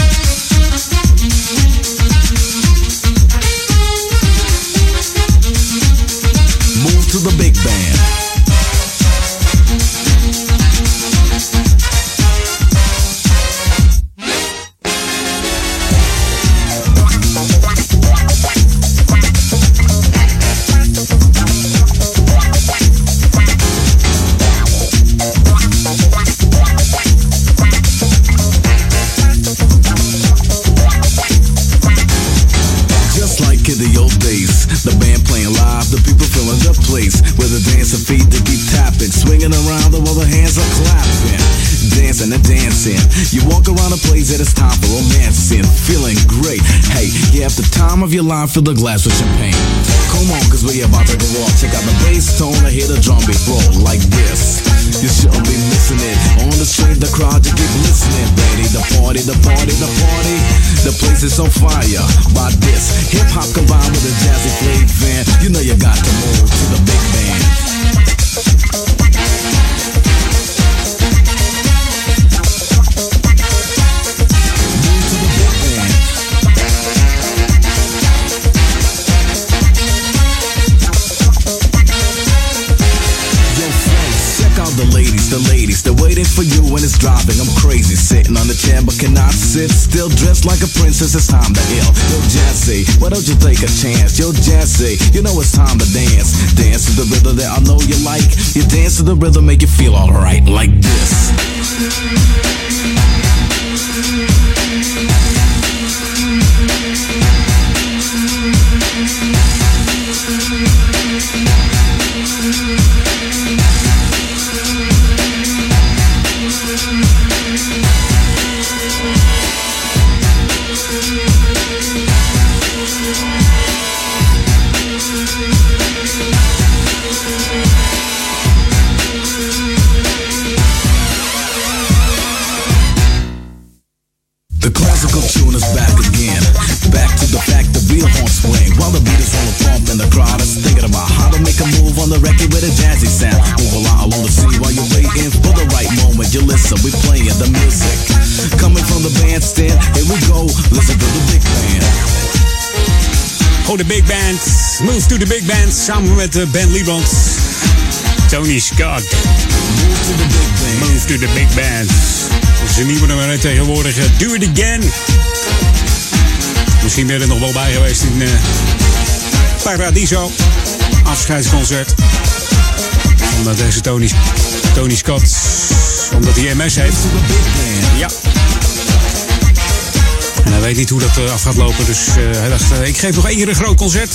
Move to the big band. The band playing live, the people filling the place. With the dancing feet that keep tapping, swinging around while the hands are clapping. Dancing and dancing. You walk around a place that it's time for romancing. Feeling great. Hey, you have the time of your life, fill the glass with champagne. Come on, cause we're about to go off. Check out the bass tone, I hear the drum beat roll like this. You shouldn't be missing it. On the street, the crowd, you keep listening. Ready to party, the party, the party. The place is on fire by this. Hip-hop combined with a jazzy flavor. You know you got to move to the big band. The ladies, they're waiting for you when it's driving. I'm crazy, sitting on the chair but cannot sit. Still dressed like a princess, it's time to ill. Yo, Jazzy, why don't you take a chance? Yo, Jazzy, you know it's time to dance. Dance to the rhythm that I know you like. You dance to the rhythm, make you feel alright, like this. on the record with a jazzy sound. Move along the scene while you're waiting for the right moment. You listen, we playing the music. Coming from the bandstand, here we go. Listen to the big band. Oh, de big band. Move to the big band. Samen met Ben Lieband. Tony Scott. Move to the big band. Dat is een nieuwe nummer tegenwoordig. Do it again. Misschien ben je er nog wel bij geweest in Paradiso. Afscheidsconcert. Omdat deze Tony Scott, omdat hij MS heeft. Ja. En hij weet niet hoe dat af gaat lopen. Dus hij dacht, ik geef nog 1 keer een groot concert.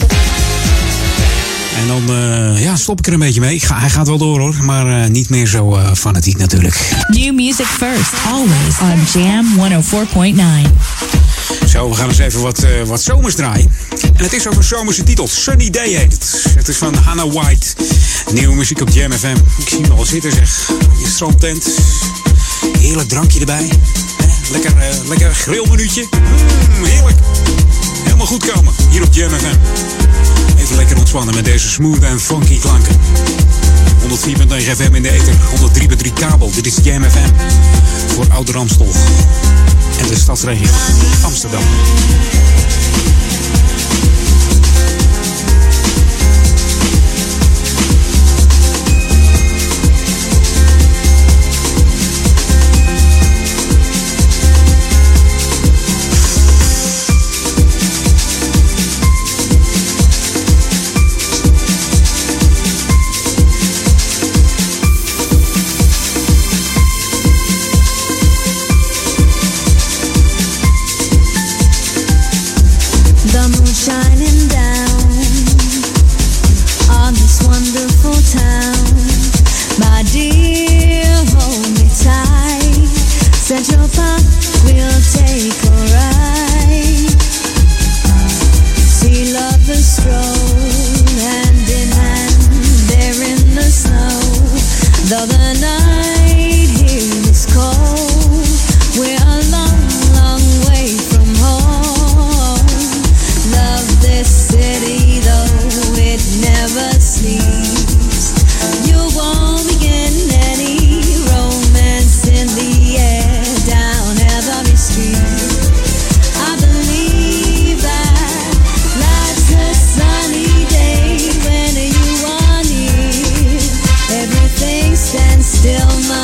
En dan stop ik er een beetje mee. Hij gaat wel door hoor, maar niet meer zo fanatiek natuurlijk. New music first, always on Jam 104.9. Zo, we gaan eens even wat zomers draaien. En het is over zomerse titels. Sunny Day heet het. Het is van Hannah White. Nieuwe muziek op Jam FM. Ik zie hem al zitten zeg. Je strandtent. Heerlijk drankje erbij. Lekker grillmenuutje. Heerlijk. Helemaal goed komen. Hier op Jam FM. Even lekker ontspannen met deze smooth en funky klanken. 104.9 FM in de ether. 103.3 kabel. Dit is Jam FM. Voor Ouder Amstel. En de stadsregio Amsterdam. Shining down on this wonderful town. My dear, hold me tight. Central Park, we'll take a ride. See lovers stroll hand in hand there in the snow. Though the night here is cold, we're a long, long way from home. Love this city though it never sleeps. You won't begin any romance in the air down every street. I believe that life's a sunny day when you are near. Everything stands still.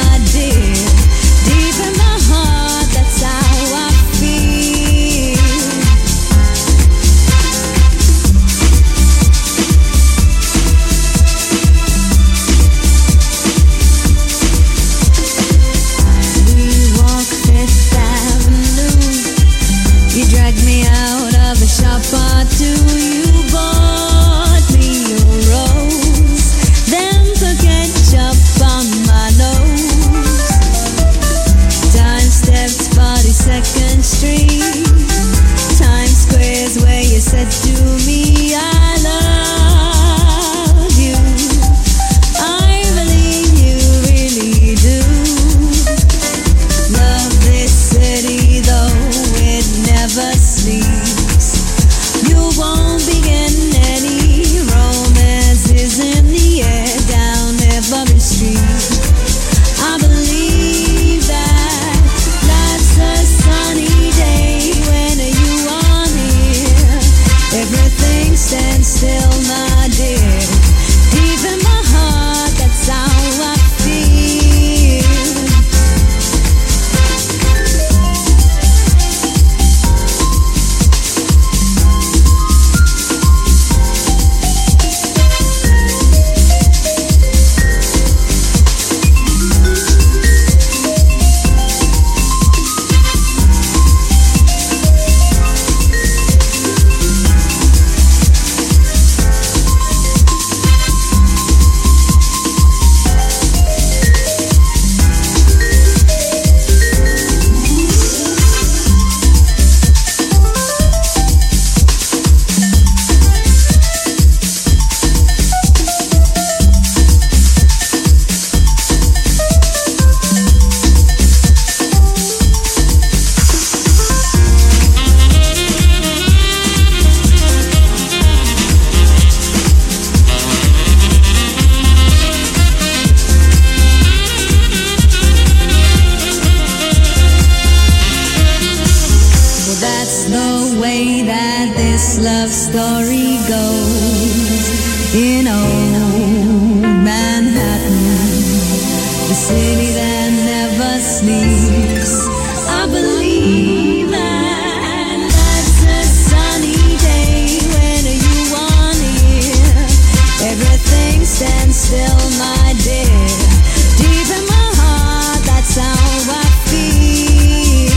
city that never sleeps. I believe that that's a sunny day when you are near. Everything stands still, my dear. Deep in my heart, that's how I feel.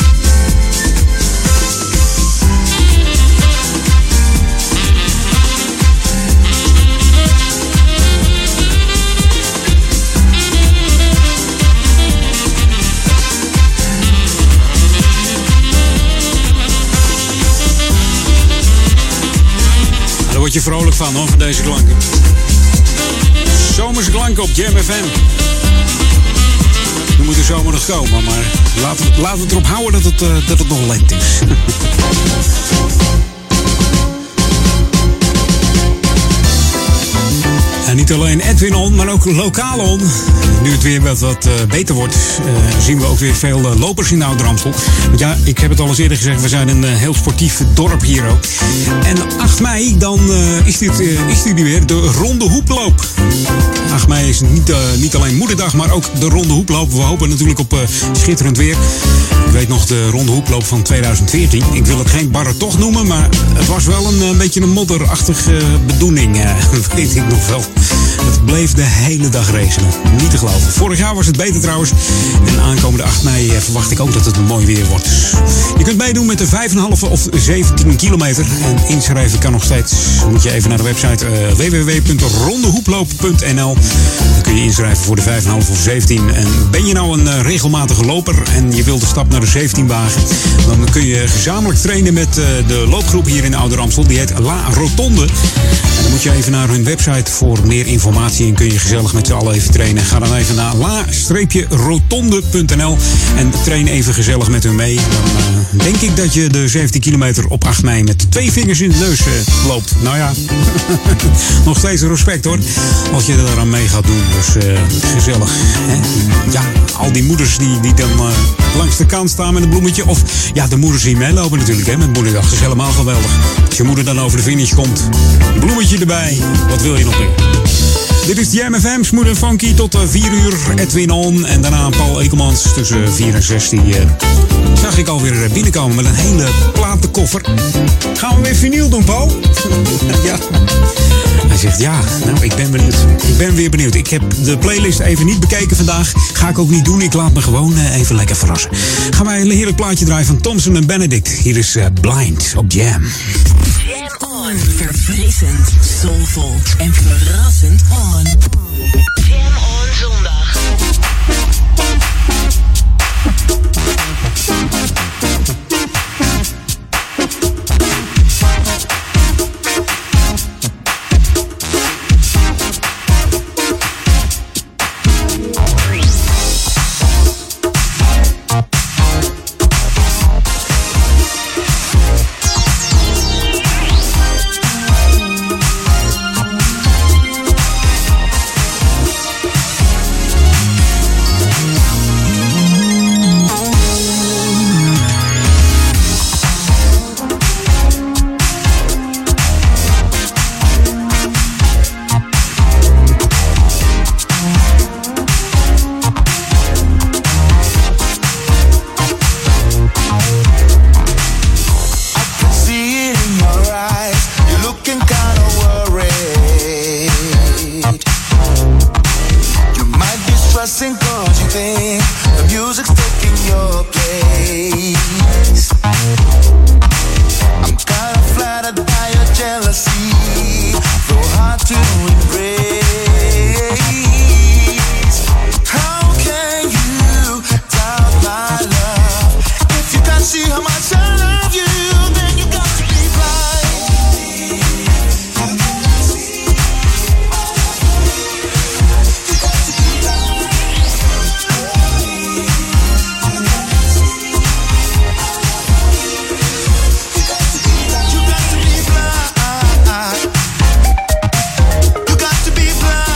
Daar word je vrolijk van, hoor, van deze klanken. Zomerse klanken op Jam FM. Nu moet de zomer nog komen, maar laten we het erop houden dat het nog lente is. En niet alleen Edwin On, maar ook lokaal on. Nu het weer wat beter wordt, zien we ook weer veel lopers in de Oude Ramstel. Want ja, ik heb het al eens eerder gezegd, we zijn een heel sportief dorp hier ook. En 8 mei, dan is dit weer de Ronde Hoeploop. 8 mei is niet alleen Moederdag, maar ook de Ronde Hoeploop. We hopen natuurlijk op schitterend weer. Ik weet nog de Ronde Hoeploop van 2014. Ik wil het geen barretocht noemen, maar het was wel een beetje een modderachtige bedoeling. Weet ik nog wel. Het bleef de hele dag regenen. Niet te geloven. Vorig jaar was het beter trouwens. En aankomende 8 mei verwacht ik ook dat het een mooi weer wordt. Je kunt meedoen met de 5,5 of 17 kilometer. En inschrijven kan nog steeds. Dan moet je even naar de website www.rondehoeploop.nl. Dan kun je inschrijven voor de 5,5 of 17. En ben je nou een regelmatige loper en je wilt de stap naar de 17 wagen, dan kun je gezamenlijk trainen met de loopgroep hier in Oude Ramstel. Die heet La Rotonde. En dan moet je even naar hun website voor meer informatie en kun je gezellig met z'n allen even trainen. Ga dan even naar la-rotonde.nl en train even gezellig met hun mee. Dan denk ik dat je de 17 kilometer op 8 mei met 2 vingers in de neus loopt. Nou ja, nog steeds respect hoor, als je er aan mee gaat doen. Dus gezellig. Hè? Ja, al die moeders die dan langs de kant staan met een bloemetje. Of ja, de moeders die meelopen natuurlijk hè, met Moederdag. Dat is helemaal geweldig. Als je moeder dan over de finish komt, een bloemetje erbij. Wat wil je nog meer? Dit is Jam FM, smooth en funky tot 4 uur. Edwin On en daarna Paul Ekelmans tussen 4 en 6. Die zag ik alweer binnenkomen met een hele platenkoffer. Gaan we weer vinyl doen, Paul? Ja. Hij zegt ja, nou ik ben benieuwd. Ik ben weer benieuwd. Ik heb de playlist even niet bekeken vandaag. Ga ik ook niet doen. Ik laat me gewoon even lekker verrassen. Gaan wij een heerlijk plaatje draaien van Thompson en Benedict. Hier is Blind op Jam. Jam on. Verfrissend, soulvol en verrassend on. Jam on zondag. You got to be blind.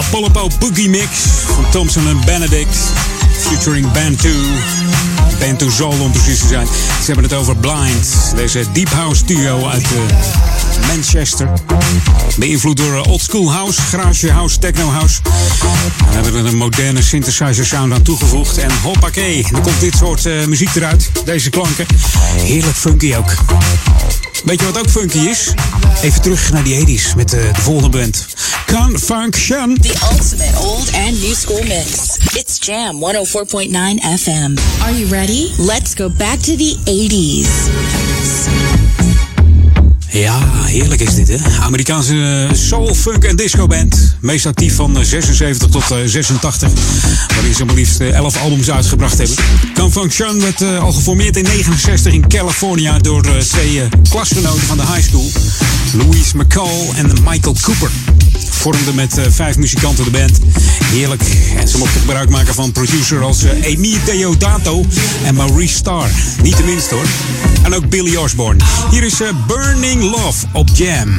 Pollopo Boogie Mix van Thompson en Benedict. Featuring Bantu. Bantu Soul om precies te zijn. Ze hebben het over Blind. Deze deep house duo uit Manchester. Beïnvloed door old school house, garage house, techno house. En hebben er een moderne synthesizer sound aan toegevoegd. En hoppakee, er komt dit soort muziek eruit. Deze klanken. Heerlijk funky ook. Weet je wat ook funky is? Even terug naar die 80s met de volgende band. Confunction. The ultimate old and new school mix. It's Jam 104.9 FM. Are you ready? Let's go back to the 80s. Ja, heerlijk is dit, hè? Amerikaanse soul, funk en disco band. Meest actief van 76 tot 86. Waarin ze maar liefst 11 albums uitgebracht hebben. Confunction werd al geformeerd in 69 in California door twee klasgenoten van de high school. Louise McCall en Michael Cooper. Vormden met 5 muzikanten de band. Heerlijk. En ze mochten gebruik maken van producer als Amy Deodato en Maurice Starr. Niet de minst hoor. En ook Billy Osborne. Hier is Burning Love op Jam.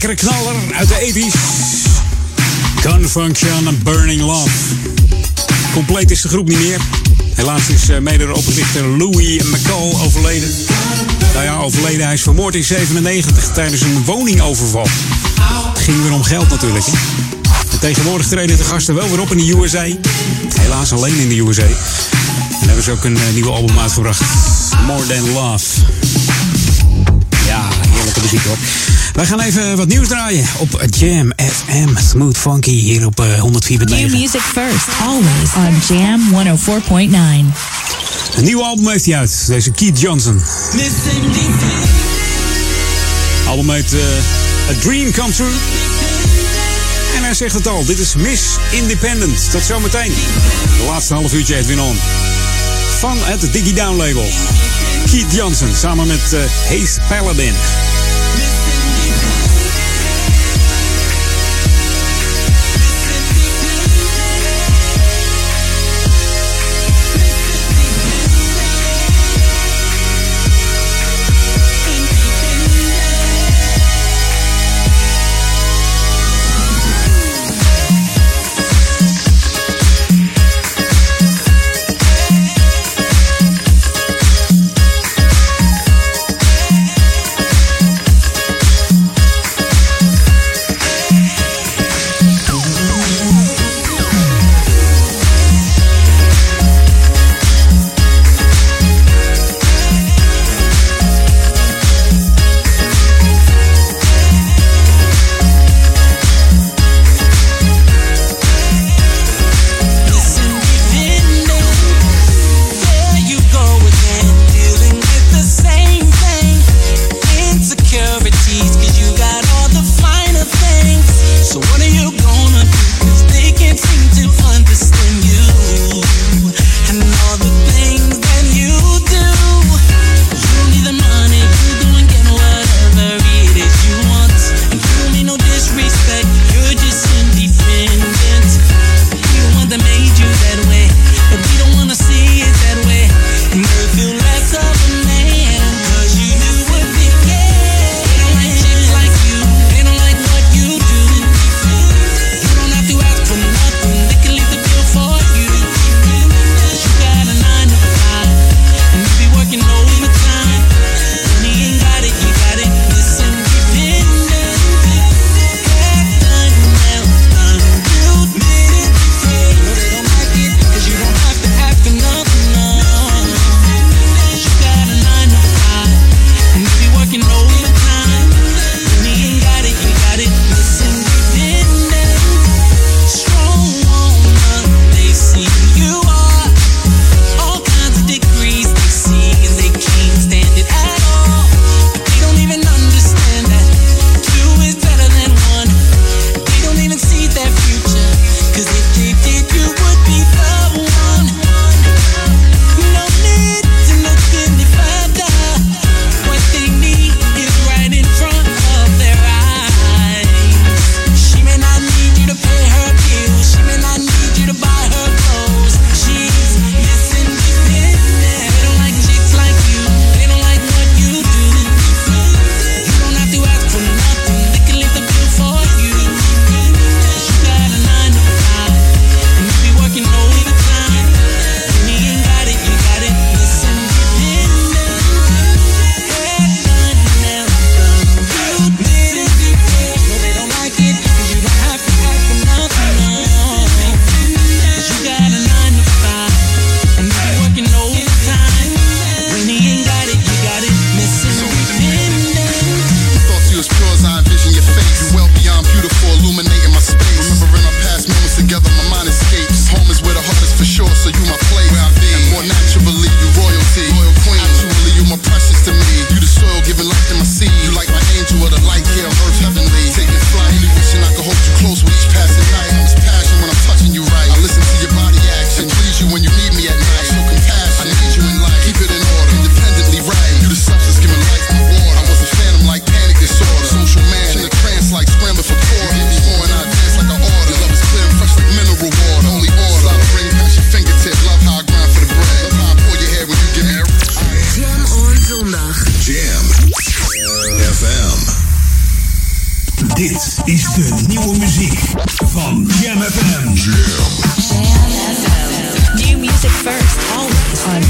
lekkere knaller uit de 80's. Gun Function and Burning Love. Compleet is de groep niet meer. Helaas is mede-oprichter Louis McCall overleden. Nou ja, overleden. Hij is vermoord in 1997 tijdens een woningoverval. Het ging weer om geld natuurlijk. Hè? En tegenwoordig treden de gasten wel weer op in de USA. Helaas alleen in de USA. En hebben ze ook een nieuwe album uitgebracht. More Than Love. Ja, heerlijke muziek hoor. Wij gaan even wat nieuws draaien op Jam FM. Smooth Funky hier op 104.9. New music first, always on Jam 104.9. Een nieuw album heeft hij uit. Deze Keith Johnson. Album heet A Dream Come True. En hij zegt het al. Dit is Miss Independent. Tot zometeen. De laatste half uurtje Edwin On. Van het Diggy Down label. Keith Johnson samen met Haze Paladin.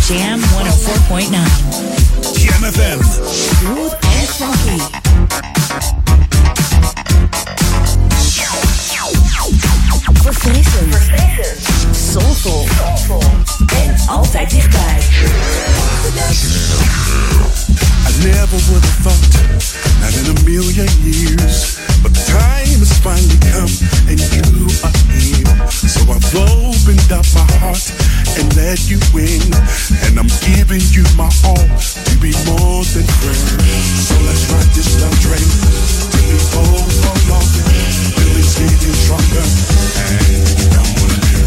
Jam 104.9. Jam FM. Smooth and funky. Verfrissend. Soulful. En altijd dichtbij. I never would have thought, not in a million years, but the time has finally come and you are here. So I've opened up my heart and let you in, and I'm giving you my all to be more than friends. So let's ride this love train till we both fall off, till it's getting stronger, and you don't wanna live.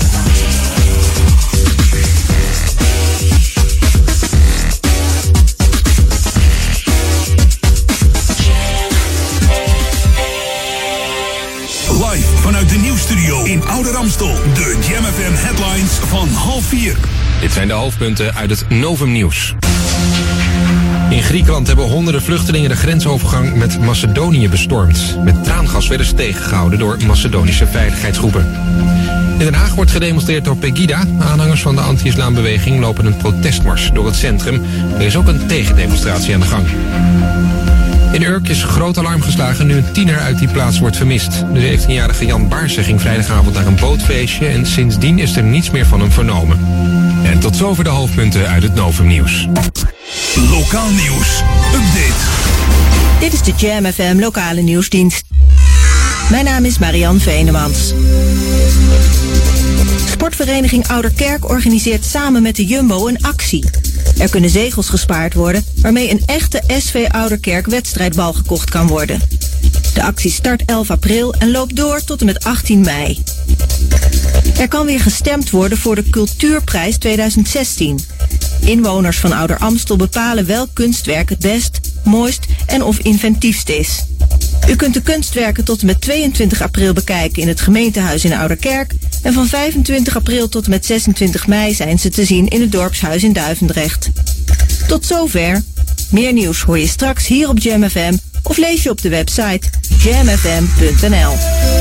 Live vanuit de nieuwsstudio in Oude Ramstel. De Jam FM headlines van 3:30. Dit zijn de hoofdpunten uit het Novum Nieuws. In Griekenland hebben honderden vluchtelingen de grensovergang met Macedonië bestormd. Met traangas werden ze tegengehouden door Macedonische veiligheidsgroepen. In Den Haag wordt gedemonstreerd door Pegida. Aanhangers van de anti-islambeweging lopen een protestmars door het centrum. Er is ook een tegendemonstratie aan de gang. In Urk is groot alarm geslagen nu een tiener uit die plaats wordt vermist. De 17-jarige Jan Baarsen ging vrijdagavond naar een bootfeestje en sindsdien is er niets meer van hem vernomen. En tot zover de hoofdpunten uit het Novum Nieuws. Lokaal nieuws. Update. Dit is de Jam FM lokale nieuwsdienst. Mijn naam is Marianne Venemans. Sportvereniging Ouderkerk organiseert samen met de Jumbo een actie. Er kunnen zegels gespaard worden waarmee een echte SV Ouderkerk wedstrijdbal gekocht kan worden. De actie start 11 april en loopt door tot en met 18 mei. Er kan weer gestemd worden voor de Cultuurprijs 2016. Inwoners van Ouder Amstel bepalen welk kunstwerk het best, mooist en of inventiefst is. U kunt de kunstwerken tot en met 22 april bekijken in het gemeentehuis in Ouderkerk en van 25 april tot en met 26 mei zijn ze te zien in het dorpshuis in Duivendrecht. Tot zover. Meer nieuws hoor je straks hier op Jam FM of lees je op de website jamfm.nl.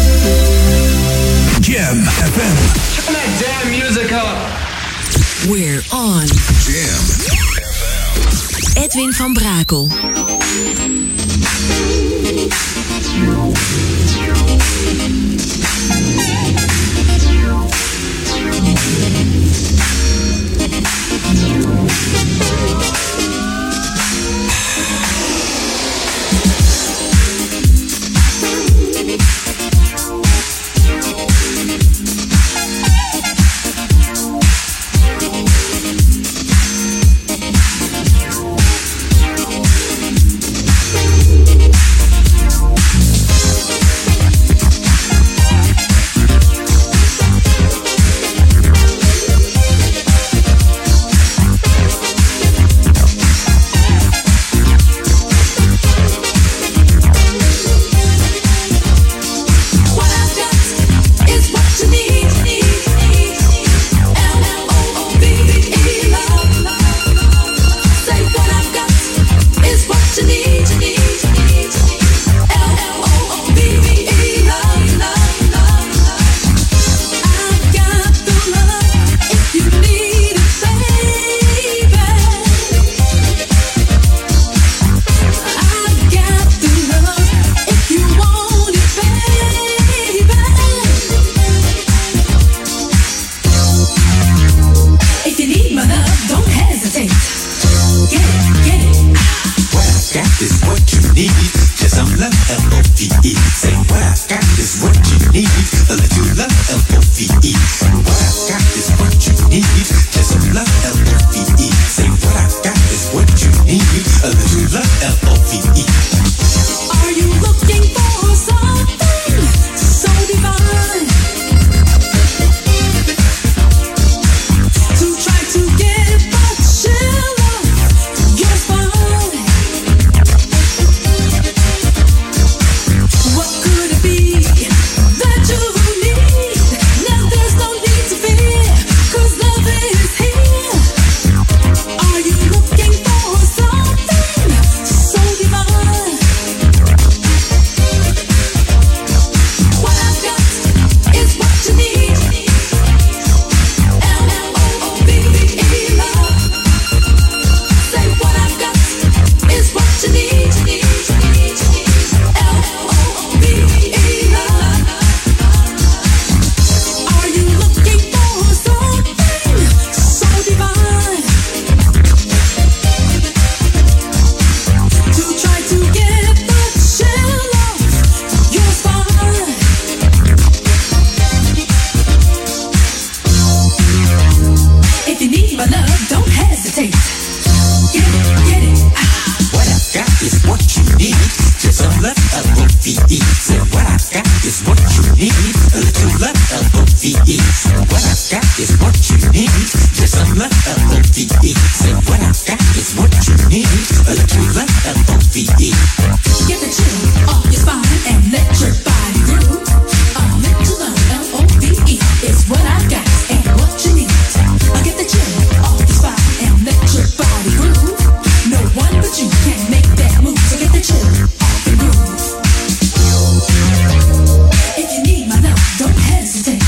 Jam FM. Turn that damn music up. We're on. Jam. Edwin van Brakel. is what you need. Just some love, L-O-V-E. Say what I got is what you need. A little love, L-O-V-E. Get the chill off your spine and let your body groove. A little love, L-O-V-E. Is what I got and what you need. Get the chill off your spine and let your body groove. No one but you can make that move. So get the chill off the groove. If you need my love, don't hesitate.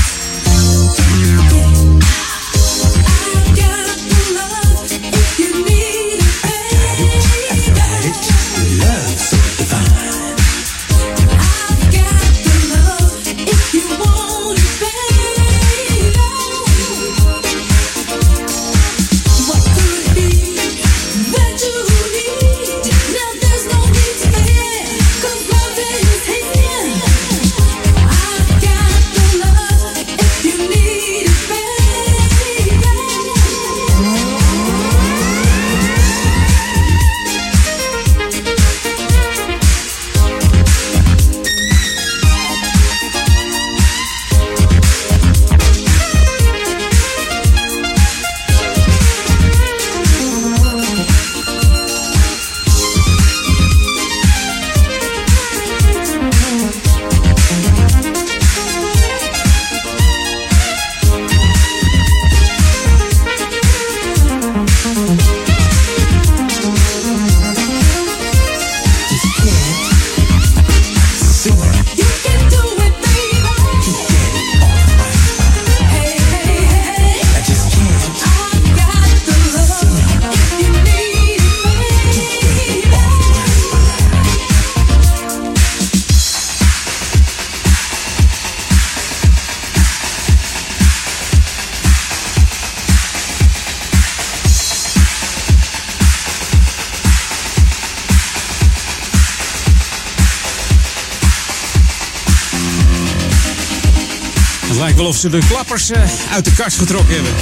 Of ze de klappers uit de kast getrokken hebben.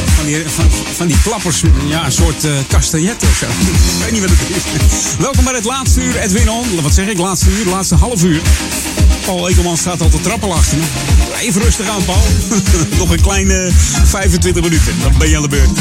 Van die klappers, ja, een soort castagnet of zo. Ik weet niet wat het is. Welkom bij het laatste uur, Edwin On. Wat zeg ik, laatste uur, laatste half uur. Paul Ekelman staat al te trappelen achter me. Even rustig aan, Paul. Nog een kleine 25 minuten, dan ben je aan de beurt.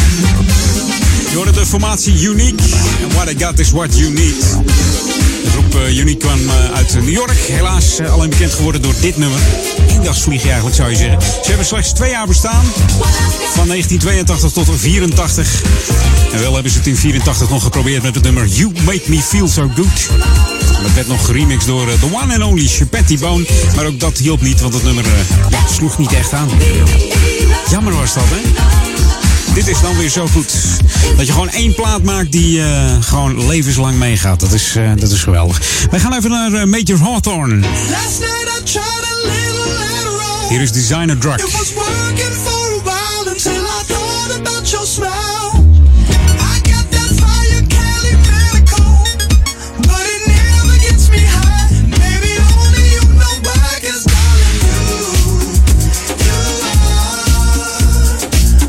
Je hoorde de formatie Unique. And what I got is what you need. De groep Unique kwam uit New York. Helaas alleen bekend geworden door dit nummer. Eendagsvliegje eigenlijk, zou je zeggen. Ze hebben slechts 2 jaar bestaan. Van 1982 tot 1984. En wel hebben ze het in 1984 nog geprobeerd met het nummer You Make Me Feel So Good. Dat werd nog geremixed door the one and only Shepatti Bone. Maar ook dat hielp niet, want het nummer sloeg niet echt aan. Jammer was dat, hè? Dit is dan weer zo goed. Dat je gewoon 1 plaat maakt die gewoon levenslang meegaat. Dat is geweldig. Wij gaan even naar Major Hawthorne. Hier is Designer Drug. It was working for a while until I thought about your smile. I got that fire Cali medical, but it never gets me high. Maybe only you know why, 'cause darling, you are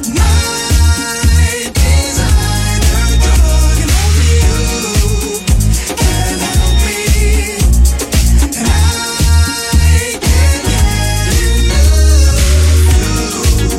my designer drug, and only you can help me. And I can't get enough.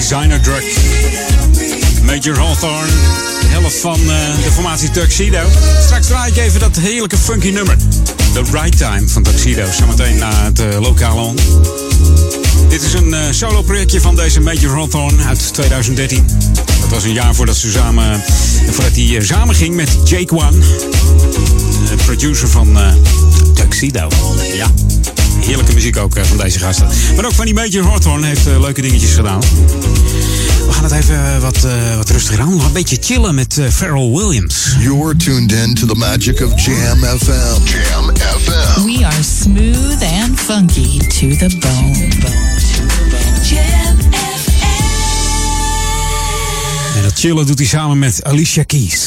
Designer Drug. Major Hawthorne, de helft van de formatie Tuxedo. Straks draai ik even dat heerlijke funky nummer. The Right Time van Tuxedo. Zometeen na het lokale on. Dit is een solo projectje van deze Major Hawthorne uit 2013. Dat was een jaar voordat hij samen ging met Jake One. De producer van Tuxedo. Ja. Heerlijke muziek ook van deze gasten. Maar ook van die Major Hawthorne heeft leuke dingetjes gedaan. We gaan het even wat rustiger aan. Een beetje chillen met Pharrell Williams. You're tuned in to the magic of Jam FM. Jam FM. We are smooth and funky to the bone. Jam En dat chillen doet hij samen met Alicia Keys.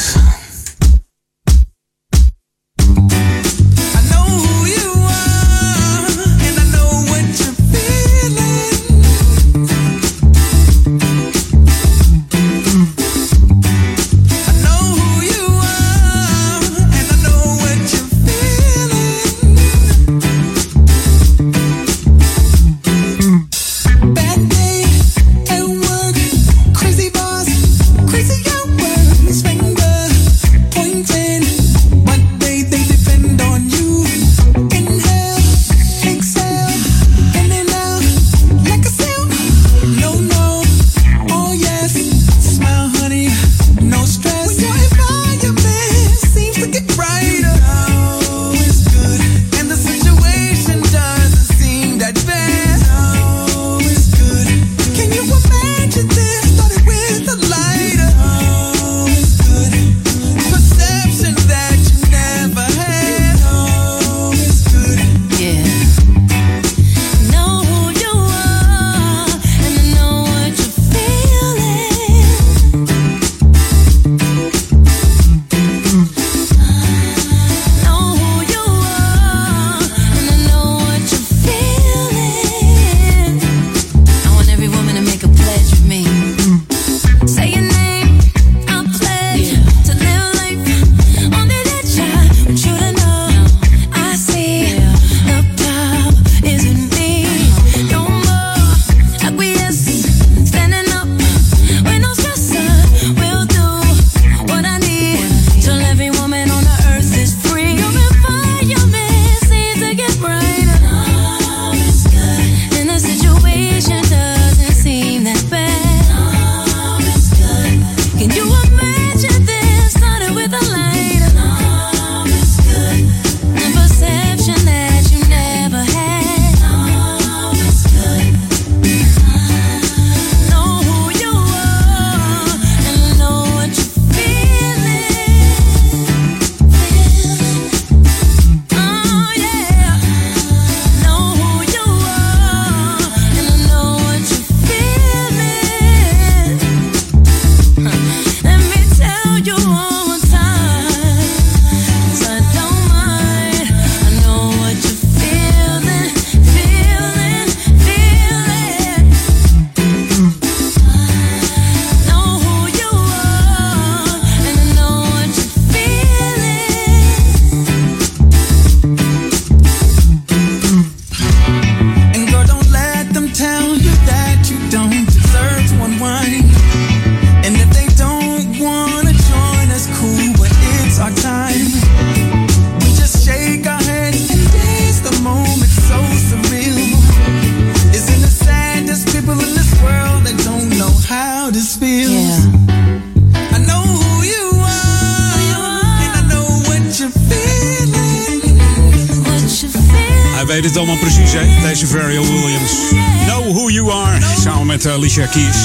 Weet het allemaal precies, hè? Deze Pharrell Williams. Know Who You Are. Samen met Alicia Keys.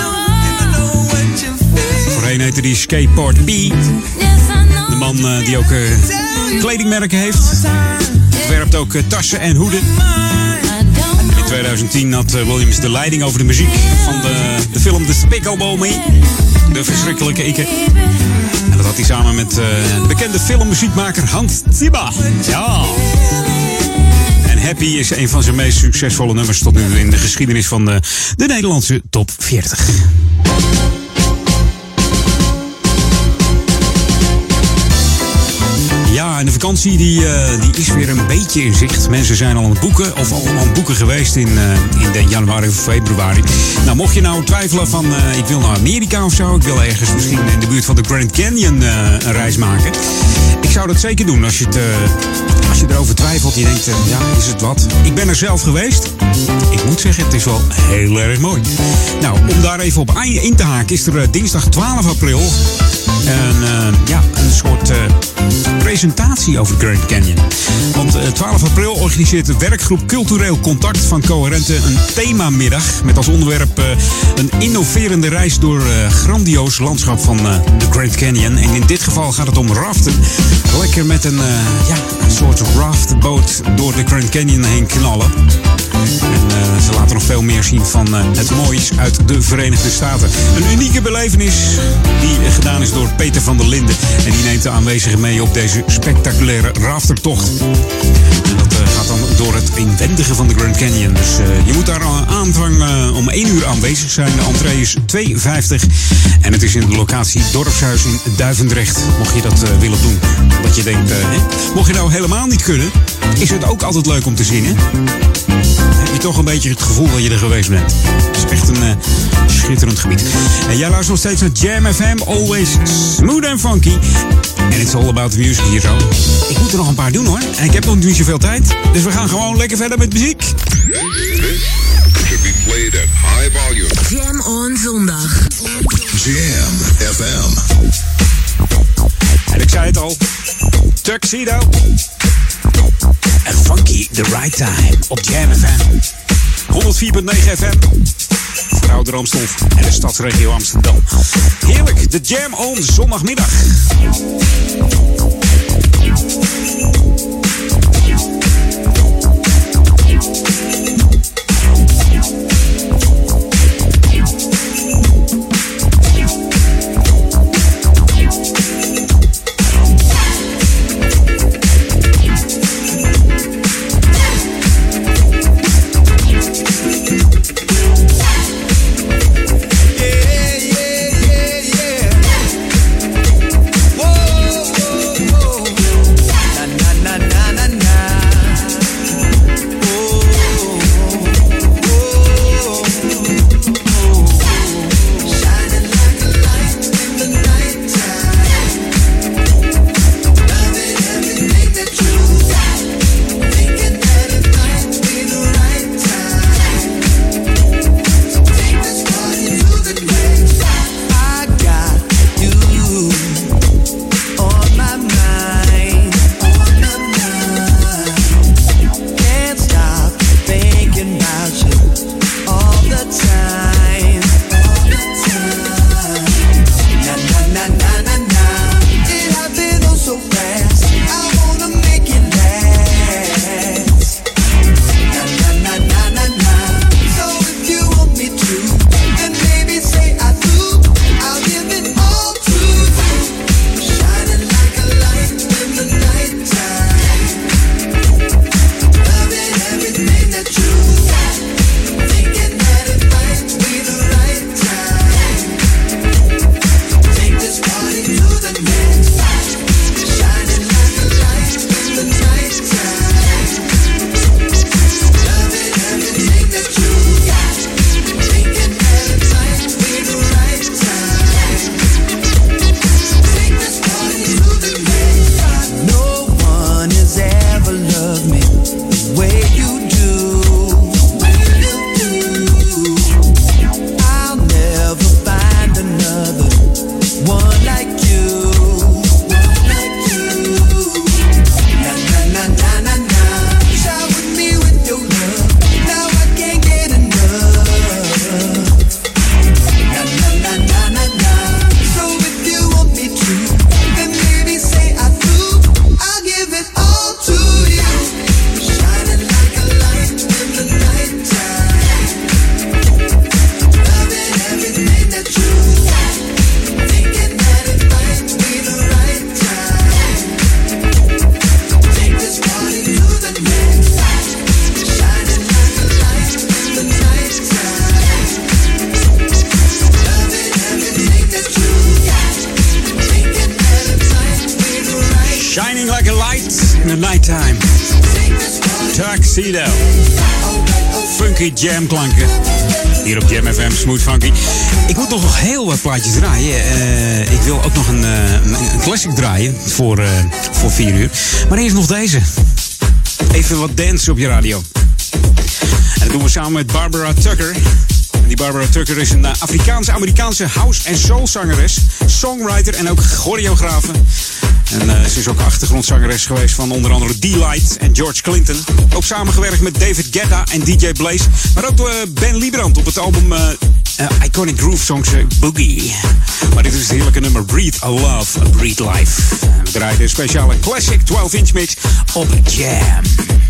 Voorheen heette die Skateboard B. De man die ook kledingmerken heeft. Ontwerpt ook tassen en hoeden. In 2010 had Williams de leiding over de muziek van de film Despicable Me. De verschrikkelijke Ikke. En dat had hij samen met de bekende filmmuziekmaker Hans Zimmer. Ja. Happy is een van zijn meest succesvolle nummers tot nu in de geschiedenis van de Nederlandse top 40. Ja, Ja, en de vakantie die is weer een beetje in zicht. Mensen zijn al aan het boeken of al aan het boeken geweest in de januari of februari. Nou, mocht je nou twijfelen van ik wil naar Amerika of zo. Ik wil ergens misschien in de buurt van de Grand Canyon een reis maken. Ik zou dat zeker doen als je erover twijfelt. Je denkt, ja, is het wat? Ik ben er zelf geweest. Ik moet zeggen, het is wel heel erg mooi. Nou, om daar even op in te haken is er dinsdag 12 april een soort presentatie over Grand Canyon. Want 12 april organiseert de werkgroep Cultureel Contact van Coherente een themamiddag met als onderwerp een innoverende reis door grandioos landschap van de Grand Canyon. En in dit geval gaat het om raften. Lekker met een soort raftboot door de Grand Canyon heen knallen. En ze laten nog veel meer zien van het moois uit de Verenigde Staten. Een unieke belevenis die gedaan is door Peter van der Linden. En die neemt de aanwezigen mee op deze spectaculaire raftertocht. En dat gaat dan door het inwendige van de Grand Canyon. Dus je moet daar aanvang om 1 uur aanwezig zijn. De entree is €2,50. En het is in de locatie Dorpshuis in Duivendrecht. Mocht je dat willen doen. Dat je denkt, mocht je nou helemaal niet kunnen, is het ook altijd leuk om te zingen. Heb je toch een beetje het gevoel dat je er geweest bent. Het is echt een schitterend gebied. En jij luistert nog steeds naar Jam FM, always smooth and funky. En it's all about the music hier zo. Ik moet er nog een paar doen hoor. En ik heb nog niet zoveel tijd. Dus we gaan gewoon lekker verder met muziek. Should be played at high volume. Jam on zondag. Jam FM. En ik zei het al. Tuxedo. En funky the right time op Jam FM. 104.9 FM. Voor Oude Ramstel en de stadsregio Amsterdam. Heerlijk, de Jam on zondagmiddag. Na na na in the nighttime. Tuxedo. Funky jam klanken. Hier op Jam FM, Smooth Funky. Ik moet nog heel wat plaatjes draaien. Ik wil ook nog een classic draaien voor 4 uur. Maar eerst nog deze. Even wat dance op je radio. En dat doen we samen met Barbara Tucker. En die Barbara Tucker is een Afrikaanse-Amerikaanse house- en soulzangeres, songwriter en ook choreografe. En ze is ook achtergrondzangeres geweest van onder andere D-Light en George Clinton. Ook samengewerkt met David Guetta en DJ Blaze. Maar ook Ben Liebrand op het album Iconic Groove Songs Boogie. Maar dit is het heerlijke nummer Breathe a Love, a Breathe Life. En we draaien een speciale classic 12-inch mix op Jam.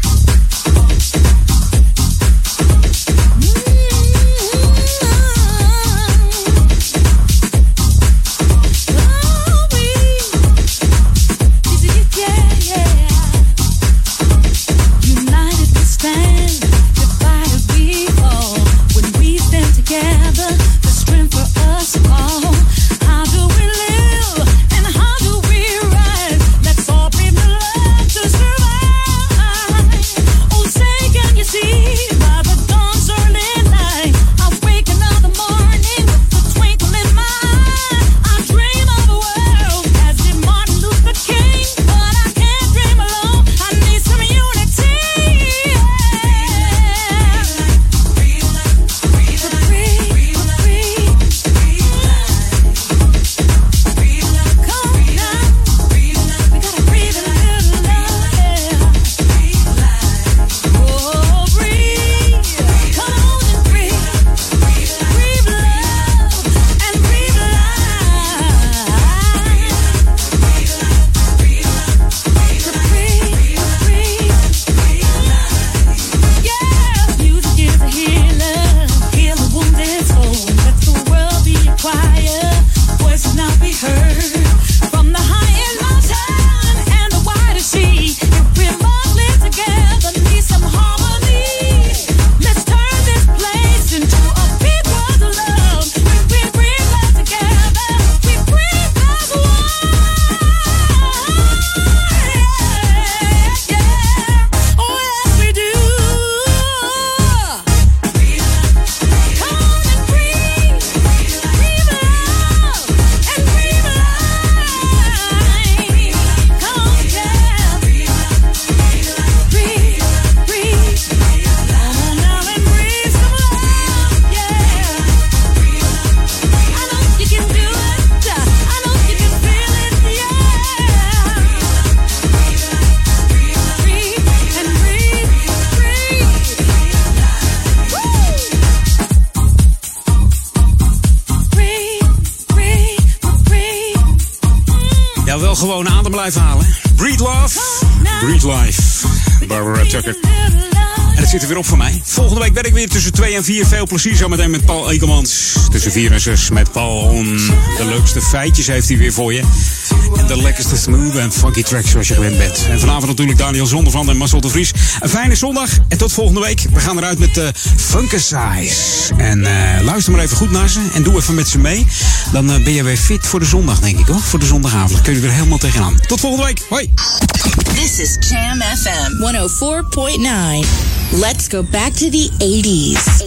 Gewoon adem blijven halen. Breathe Love, Breathe Life. Barbara Tucker. En het zit er weer op voor mij. Volgende week ben ik weer tussen 2 en 4. Veel plezier zometeen met Paul Ekelmans. Tussen 4 en 6 met Paul. De leukste feitjes heeft hij weer voor je. En de lekkerste smooth en funky tracks zoals je gewend bent. En vanavond natuurlijk Daniel Zondervan en Marcel de Vries. Een fijne zondag en tot volgende week. We gaan eruit met Funkasize. En luister maar even goed naar ze en doe even met ze mee. Dan ben je weer fit voor de zondag, denk ik hoor. Voor de zondagavond. Dan kun je weer helemaal tegenaan. Tot volgende week. Hoi. This is Jam FM 104.9. Let's go back to the 80s.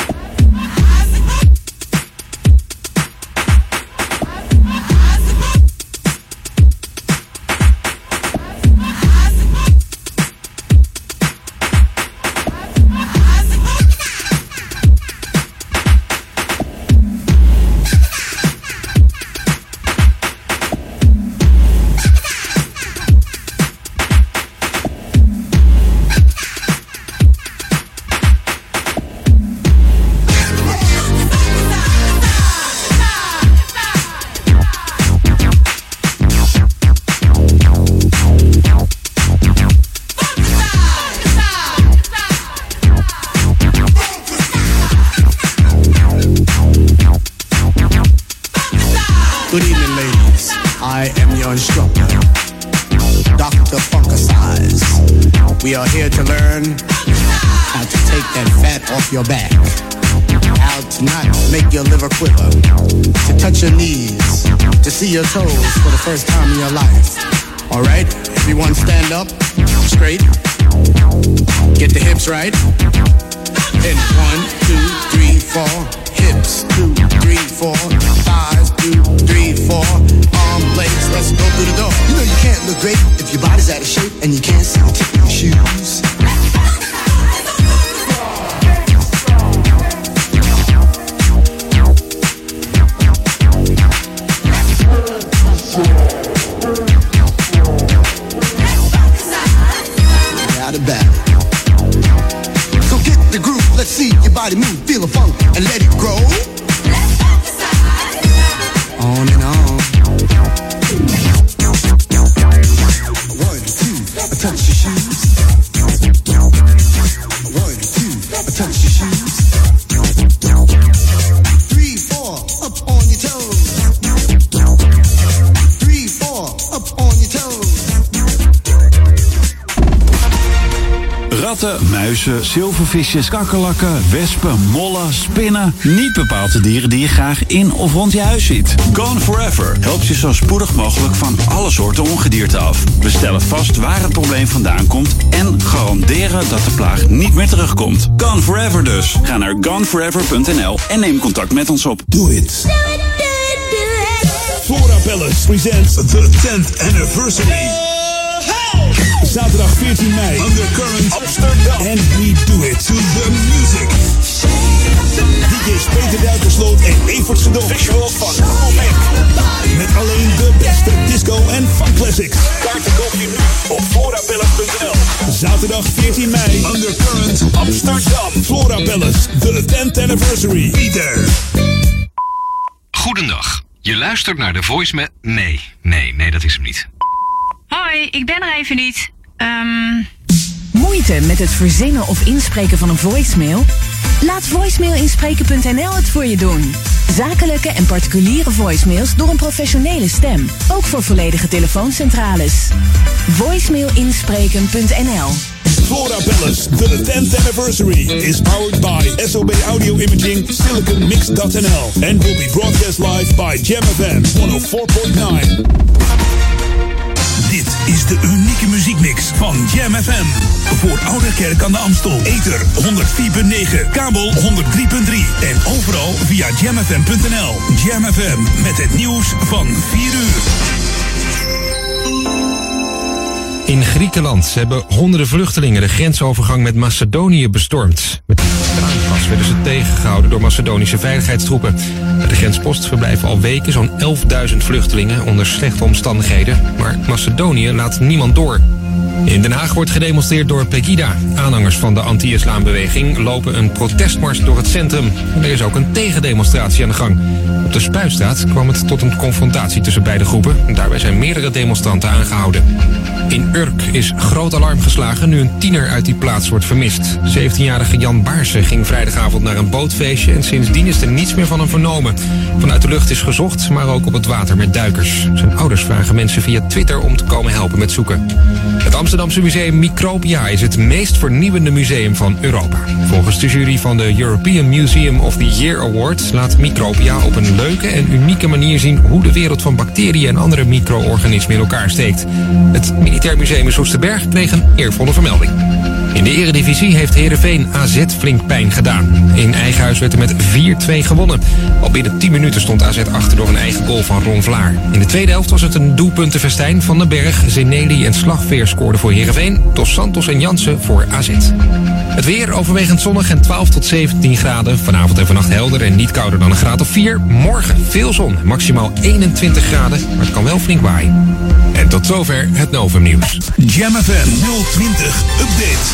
Eyes instructor, Dr. Funkicize. We are here to learn how to take that fat off your back, how to not make your liver quiver, to touch your knees, to see your toes for the first time in your life. Alright, everyone stand up, straight, get the hips right, and 1, 2, 3, 4, hips, 2, 3, 4, thighs, 2, 3, 4, arm, legs, let's go through the door. You know you can't look great if your body's out of shape and you can't see the tip of your shoes. Out of bed. So get the groove, let's see your body move, feel the funk and let it grow. On and on. 1, 2, touch your shoes. 1, 2, touch your shoes. 3, 4, up on your toes. 3, 4, up on your toes. Ratten, muizen, zilvervisjes, kakkerlakken, wespen, mollen, spinnen. Niet bepaald de dieren die je graag in of rond je huis ziet. Gone Forever helpt je zo spoedig mogelijk van alle soorten ongedierte af. We stellen vast waar het probleem vandaan komt en garanderen dat de plaag niet meer terugkomt. Gone Forever dus. Ga naar goneforever.nl en neem contact met ons op. Do it. Flora Palace presents the 10th anniversary. Zaterdag 14 mei. Undercurrent Amsterdam. And we do it to the music. DJ's Peter Duikersloot en Evert Sedok. Visuals van Comeback. Met alleen de beste disco en funk classics. Kaarten koop je nu op florapalace.nl. Zaterdag 14 mei. Undercurrent Amsterdam. Flora Palace. The 10th anniversary. Be there. Goedendag. Je luistert naar de voicemail... Nee, dat is hem niet. Hoi, ik ben er even niet. Moeite met het verzinnen of inspreken van een voicemail? Laat voicemailinspreken.nl het voor je doen. Zakelijke en particuliere voicemails door een professionele stem. Ook voor volledige telefooncentrales. Voicemailinspreken.nl. Flora Palace, the 10th anniversary, is powered by SOB Audio Imaging, SiliconMix.nl, and will be broadcast live by Jam FM 104.9. Dit is de unieke muziekmix van Jam FM. Voor Ouderkerk aan de Amstel. Ether 104.9, kabel 103.3 en overal via jamfm.nl. Jam FM met het nieuws van 4 uur. In Griekenland hebben honderden vluchtelingen de grensovergang met Macedonië bestormd. Met traangas werden ze tegengehouden door Macedonische veiligheidstroepen. Bij de grenspost verblijven al weken zo'n 11.000 vluchtelingen onder slechte omstandigheden. Maar Macedonië laat niemand door. In Den Haag wordt gedemonstreerd door Pegida. Aanhangers van de anti-islambeweging lopen een protestmars door het centrum. Er is ook een tegendemonstratie aan de gang. Op de Spuistraat kwam het tot een confrontatie tussen beide groepen. Daarbij zijn meerdere demonstranten aangehouden. In Urk is groot alarm geslagen nu een tiener uit die plaats wordt vermist. 17-jarige Jan Baarsen ging vrijdagavond naar een bootfeestje en sindsdien is er niets meer van hem vernomen. Vanuit de lucht is gezocht, maar ook op het water met duikers. Zijn ouders vragen mensen via Twitter om te komen helpen met zoeken. Het Amsterdamse museum Micropia is het meest vernieuwende museum van Europa. Volgens de jury van de European Museum of the Year Award laat Micropia op een leuke en unieke manier zien hoe de wereld van bacteriën en andere micro-organismen in elkaar steekt. Het Militair Museum in Soesterberg kreeg een eervolle vermelding. In de eredivisie heeft Heerenveen AZ flink pijn gedaan. In eigen huis werd er met 4-2 gewonnen. Al binnen 10 minuten stond AZ achter door een eigen goal van Ron Vlaar. In de tweede helft was het een doelpuntenfestijn. Van den Berg, Zeneli en Slagveer scoorden voor Heerenveen. Dos Santos en Jansen voor AZ. Het weer overwegend zonnig en 12 tot 17 graden. Vanavond en vannacht helder en niet kouder dan een graad of 4. Morgen veel zon, maximaal 21 graden. Maar het kan wel flink waaien. En tot zover het Novum Nieuws. Jam FM 020 Update.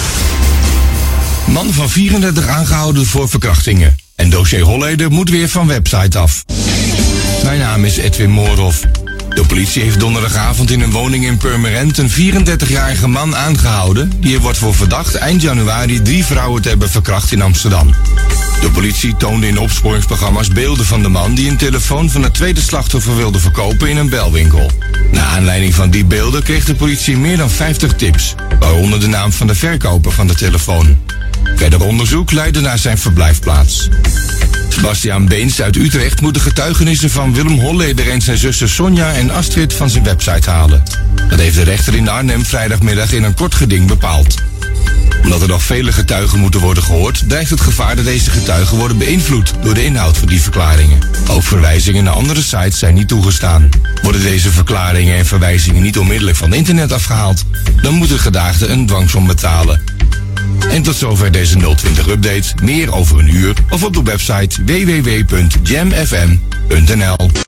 Man van 34 aangehouden voor verkrachtingen. En dossier Holleder moet weer van website af. Mijn naam is Edwin Moorhoff. De politie heeft donderdagavond in een woning in Purmerend een 34-jarige man aangehouden. Die er wordt voor verdacht eind januari 3 vrouwen te hebben verkracht in Amsterdam. De politie toonde in opsporingsprogramma's beelden van de man die een telefoon van het tweede slachtoffer wilde verkopen in een belwinkel. Na aanleiding van die beelden kreeg de politie meer dan 50 tips, waaronder de naam van de verkoper van de telefoon. Verder onderzoek leidde naar zijn verblijfplaats. Sebastiaan Beens uit Utrecht moet de getuigenissen van Willem Holleder en zijn zussen Sonja en Astrid van zijn website halen. Dat heeft de rechter in Arnhem vrijdagmiddag in een kort geding bepaald. Omdat er nog vele getuigen moeten worden gehoord, dreigt het gevaar dat deze getuigen worden beïnvloed door de inhoud van die verklaringen. Ook verwijzingen naar andere sites zijn niet toegestaan. Worden deze verklaringen en verwijzingen niet onmiddellijk van internet afgehaald, dan moet de gedaagde een dwangsom betalen. En tot zover deze 020-update. Meer over een uur of op de website www.jamfm.nl.